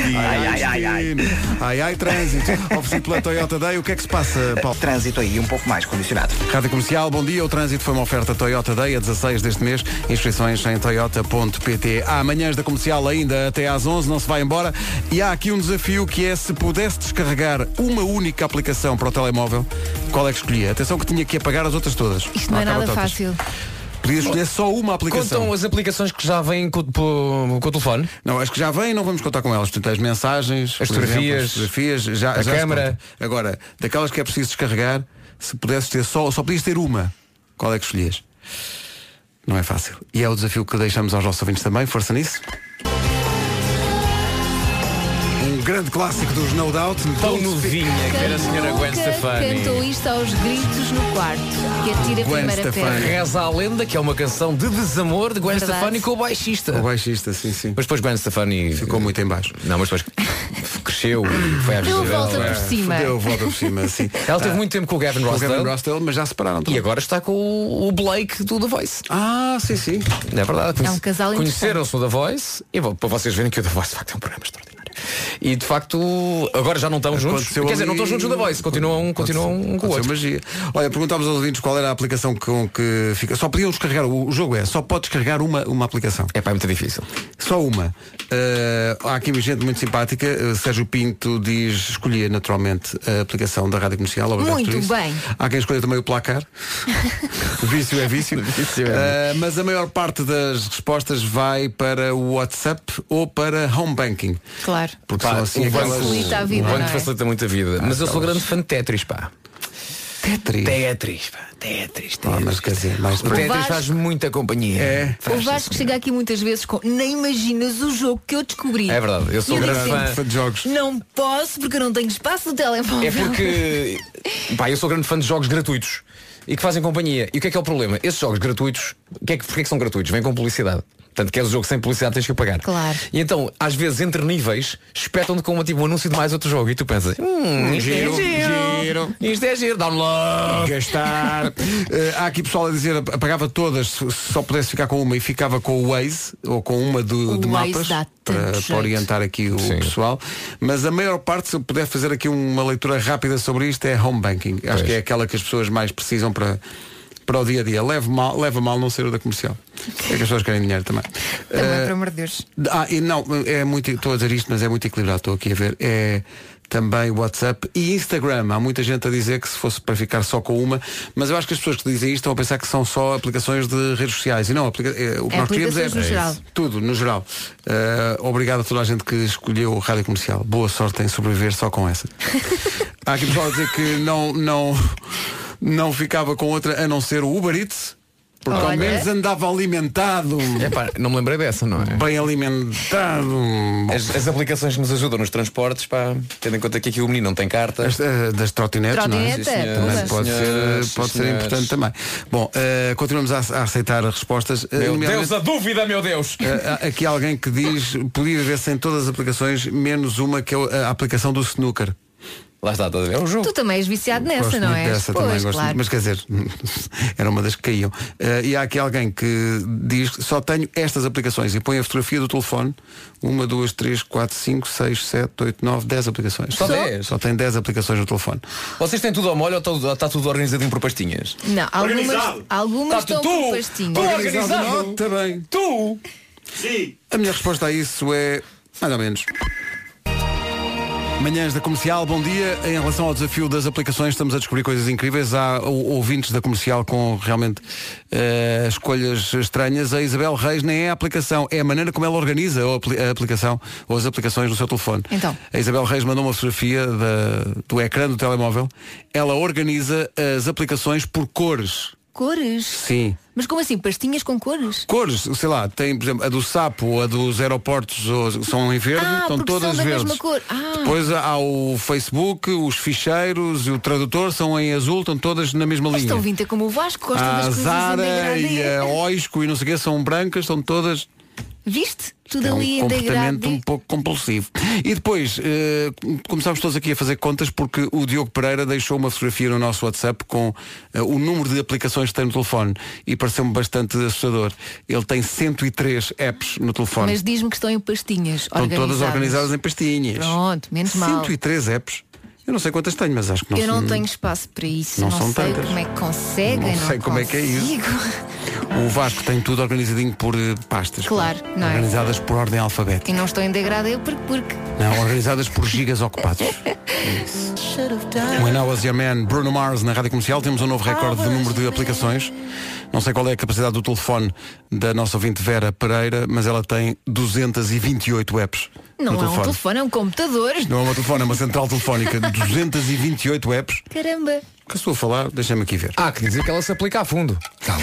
Ai Trânsito. Oferecido pela Toyota Day, o que é que se passa, Paulo? Trânsito aí um pouco mais condicionado. Rádio Comercial, bom dia. O trânsito foi uma oferta Toyota Day a 16 deste mês. Inscrições em toyota.pt. Há manhãs da Comercial ainda até às 11, não se vai embora. E há aqui um desafio que é: se pudesse descarregar uma única aplicação para o telemóvel, qual é que escolhia? Atenção que tinha que apagar as outras todas. Isto não é nada fácil. Podia escolher só uma aplicação. Contam as aplicações que já vêm com o telefone? Não, as que já vêm não vamos contar com elas. Portanto, as mensagens, as fotografias, a câmara. Agora, daquelas que é preciso descarregar, se pudesses ter só podias ter uma. Qual é que escolhias? Não é fácil. E é o desafio que deixamos aos nossos ouvintes também. Força nisso. Um grande clássico dos No Doubt. Tão novinha que era a senhora Gwen Stefani. Cantou isto aos gritos no quarto. Que atira a primeira pedra. Reza a lenda, que é uma canção de desamor de Gwen Stefani com o baixista. O baixista, sim. Mas depois Gwen Stefani ficou muito em baixo. Não, mas depois cresceu cresceu e foi à vida Deu dela. volta por cima. Deu volta por cima, sim. Ela teve muito tempo com o Gavin Rossdale, mas já separaram também. E agora está com o Blake do The Voice. Ah, sim. É verdade. É um casal Conheceram-se no The Voice e para vocês verem que o The Voice de facto é um programa extraordinário. E de facto agora já não estão juntos. Quer dizer, não estão juntos no The Voice, continuam um com o outro. Magia. Olha, perguntámos aos ouvintes qual era a aplicação com que fica. Só podiam descarregar, o jogo só pode descarregar uma aplicação. É muito difícil. Só uma. Há aqui gente muito simpática. Sérgio Pinto diz, escolhia naturalmente a aplicação da Rádio Comercial. Muito bem. Há quem escolha também o placar. Vício é vício. Mas a maior parte das respostas vai para o WhatsApp ou para Home Banking. Claro. Porque são assim facilita a vida, o banco não é? facilita muito a vida. Mas eu sou grande fã de Tetris, pá. Tetris. Mas quer dizer, o Tetris faz muita companhia. O Vasco chega aqui muitas vezes com nem imaginas o jogo que eu descobri. É verdade, eu sou grande fã de jogos. Não posso porque eu não tenho espaço no telemóvel. É porque eu sou grande fã de jogos gratuitos e que fazem companhia. E o que é o problema? Esses jogos gratuitos, porquê é que são gratuitos? Vêm com publicidade. Portanto, queres o jogo sem publicidade, tens que o pagar. Claro. E então, às vezes, entre níveis, espetam-te com um anúncio de mais outro jogo. E tu pensas, isto é giro, download, gastar. Há aqui pessoal a dizer, apagava todas, se só pudesse ficar com uma, e ficava com o Waze, ou com uma de mapas, para orientar aqui o pessoal. Mas a maior parte, se eu puder fazer aqui uma leitura rápida sobre isto, é Home Banking. Acho que é aquela que as pessoas mais precisam para o dia a dia. Leva mal não ser o da Comercial. É que as pessoas querem dinheiro também. Também, pelo amor de Deus. E não, é muito, estou a dizer isto, mas é muito equilibrado, estou aqui a ver. É também WhatsApp e Instagram. Há muita gente a dizer que se fosse para ficar só com uma, mas eu acho que as pessoas que dizem isto estão a pensar que são só aplicações de redes sociais. E não, o que nós queríamos é no geral. Tudo, no geral. Obrigado a toda a gente que escolheu Rádio Comercial. Boa sorte em sobreviver só com essa. Há aqui pessoal a dizer que não ficava com outra a não ser o Uber Eats, porque ao menos andava alimentado. Não me lembrei dessa, não é? Bem alimentado. As aplicações que nos ajudam nos transportes, tendo em conta que aqui o menino não tem carta. Das trotinetes, não é? Pode ser importante também. Bom, continuamos a aceitar respostas. Meu Deus, a dúvida, meu Deus! Aqui alguém que diz, podia viver sem todas as aplicações, menos uma que é a aplicação do snooker. Lá está, é um jogo. Tu também és viciado nessa, gosto não é? Dessa também gosto, claro. mas quer dizer, era uma das que caíam. E há aqui alguém que diz que só tenho estas aplicações e põe a fotografia do telefone. 1, 2, 3, 4, 5, 6, 7, 8, 9, 10 aplicações. Só 10? Só tem 10 aplicações no telefone. Vocês têm tudo ao molho ou está tudo organizadinho por pastinhas? Não, algumas estão por pastinhas. Tu organizado? Está bem. Tu? Sim. A minha resposta a isso é mais ou menos. Manhãs da Comercial, bom dia. Em relação ao desafio das aplicações, estamos a descobrir coisas incríveis. Há ouvintes da Comercial com realmente escolhas estranhas. A Isabel Reis nem é a aplicação, é a maneira como ela organiza a aplicação ou as aplicações no seu telefone. Então. A Isabel Reis mandou uma fotografia do ecrã do telemóvel. Ela organiza as aplicações por cores. Cores? Sim. Mas como assim? Pastinhas com cores? Cores, sei lá, tem, por exemplo, a do sapo ou a dos aeroportos são em verde, estão todas são da verdes. mesma cor. Depois há o Facebook, os ficheiros e o tradutor são em azul, estão todas na mesma linha. Estão vindo ter como o Vasco, gosta das coisas Zara em e a Oisco e não sei o que, são brancas, estão todas. Viste? Tudo É ali um em degradê. comportamento um pouco compulsivo. E depois, começámos todos aqui a fazer contas porque o Diogo Pereira deixou uma fotografia no nosso WhatsApp com o número de aplicações que tem no telefone e pareceu-me bastante assustador. Ele tem 103 apps no telefone. Mas diz-me que estão em pastinhas. Estão todas organizadas em pastinhas. Pronto, menos mal. 103 apps. Eu não sei quantas tenho, mas acho que não. Eu não tenho espaço para isso. Não Não são sei tantas. como é que conseguem. Não sei como é que é isso. O Vasco tem tudo organizadinho por pastas. Claro, não é? Organizadas por ordem alfabética. E não estou em degradê porque. Não, organizadas por gigas ocupados. When I Was Your Man, Bruno Mars na Rádio Comercial. Temos um novo recorde de número de aplicações. Não sei qual é a capacidade do telefone da nossa ouvinte Vera Pereira, mas ela tem 228 apps. Não é um telefone, é um computador. Não é um telefone, é uma central telefónica. 228 apps. Caramba. Que estou a falar, deixa-me aqui ver. Há que dizer que ela se aplica a fundo.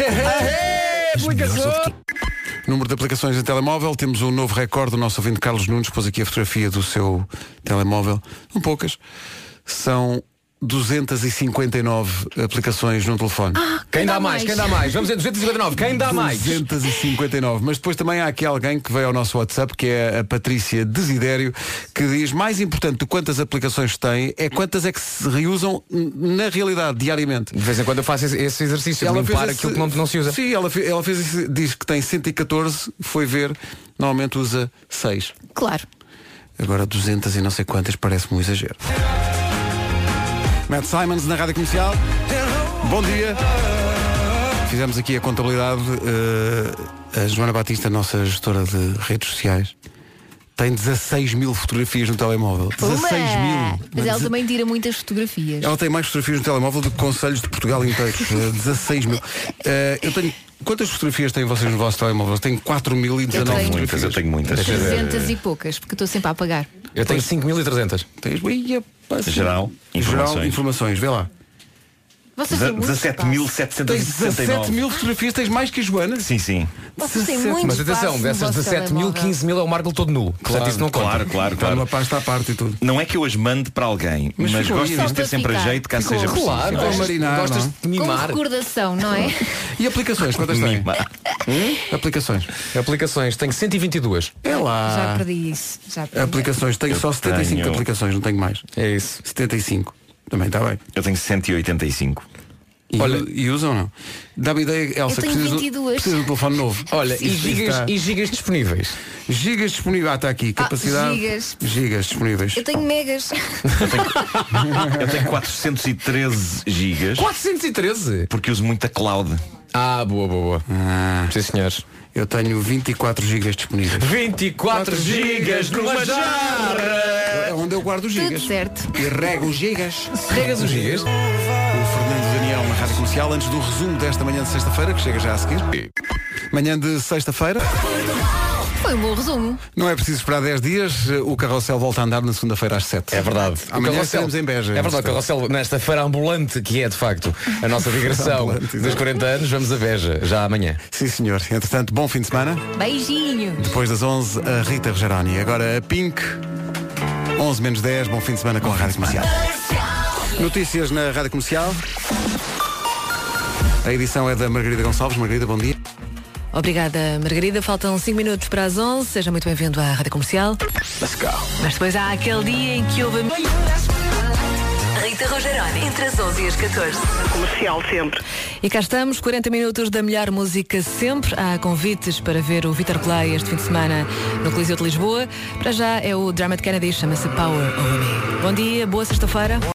Número de aplicações em telemóvel. Temos um novo recorde do nosso ouvinte Carlos Nunes, que pôs aqui a fotografia do seu telemóvel. São poucas. São 259 aplicações no telefone. Quem dá mais? Quem dá mais? Vamos dizer 259. Quem dá mais? 259. Mas depois também há aqui alguém que veio ao nosso WhatsApp, que é a Patrícia Desidério, que diz: mais importante do quantas aplicações tem é quantas é que se reusam na realidade, diariamente. De vez em quando eu faço esse exercício de limpar aquilo que não se usa. Sim, ela fez isso, diz que tem 114, foi ver, normalmente usa 6. Claro. Agora 200 e não sei quantas parece-me um exagero. Matt Simons na Rádio Comercial. Bom dia. Fizemos aqui a contabilidade. A Joana Batista, nossa gestora de redes sociais, tem 16 mil fotografias no telemóvel. 16 mil. Mas ela também tira muitas fotografias. Ela tem mais fotografias no telemóvel do que conselhos de Portugal inteiro. 16 mil. Eu tenho... Quantas fotografias têm vocês no vosso telemóvel? Tenho 4.019 fotografias. Eu tenho muitas. 300 e poucas, porque estou sempre a apagar. Eu tenho 5.300. Tens geral, informações, vê lá. 17.769. Tens 17 mil fotografias, tens mais que a Joana? Sim. Vocês têm muito. Mas atenção, dessas 17 mil, 15 mil é o Marco todo nulo. Portanto, isso não conta. Claro. Está numa pasta à parte e tudo. Não é que eu as mande para alguém, mas gosto de ter sempre a jeito, caso seja preciso. Claro, gostas de mimar. Com recordação, não é? E aplicações, quantas tem? Aplicações, tenho 122. É lá. Já perdi isso. Aplicações, tenho só 75 aplicações, não tenho mais. É isso. 75. Também está bem. Eu tenho 185. E usam ou não? Dá-me ideia, Elsa, eu tenho 22. Precisa de um telefone novo. Olha, e gigas disponíveis? Gigas disponíveis. Está aqui, capacidade. Gigas disponíveis. Eu tenho megas. Eu tenho 413 gigas. 413? Porque uso muita cloud. Boa. Sim, senhores. Eu tenho 24 gigas disponíveis. 24 gigas numa jarra! É onde eu guardo os gigas. Tudo certo. E rego os gigas. Regas os gigas? O Fernando Daniel na Rádio Comercial, antes do resumo desta manhã de sexta-feira, que chega já a seguir. Manhã de sexta-feira. Foi um bom resumo. Não é preciso esperar 10 dias, o carrossel volta a andar na segunda-feira às 7. É verdade. Amanhã estaremos em Beja. É verdade, o carrossel nesta feira ambulante, que é de facto a nossa digressão dos 40 anos, vamos a Beja, já amanhã. Sim, senhor. Entretanto, bom fim de semana. Beijinho. Depois das 11, a Rita Rogeroni. Agora a Pink, 11 menos 10, bom fim de semana com a Rádio Comercial. Notícias na Rádio Comercial. A edição é da Margarida Gonçalves. Margarida, bom dia. Obrigada, Margarida. Faltam 5 minutos para as 11. Seja muito bem-vindo à Rádio Comercial. Let's go. Mas depois há aquele dia em que houve... Rita Rogeroni, entre as 11 e as 14. Comercial sempre. E cá estamos, 40 minutos da melhor música sempre. Há convites para ver o Vítor Clay este fim de semana no Coliseu de Lisboa. Para já é o Dermot Kennedy, chama-se Power Over Me. Bom dia, boa sexta-feira.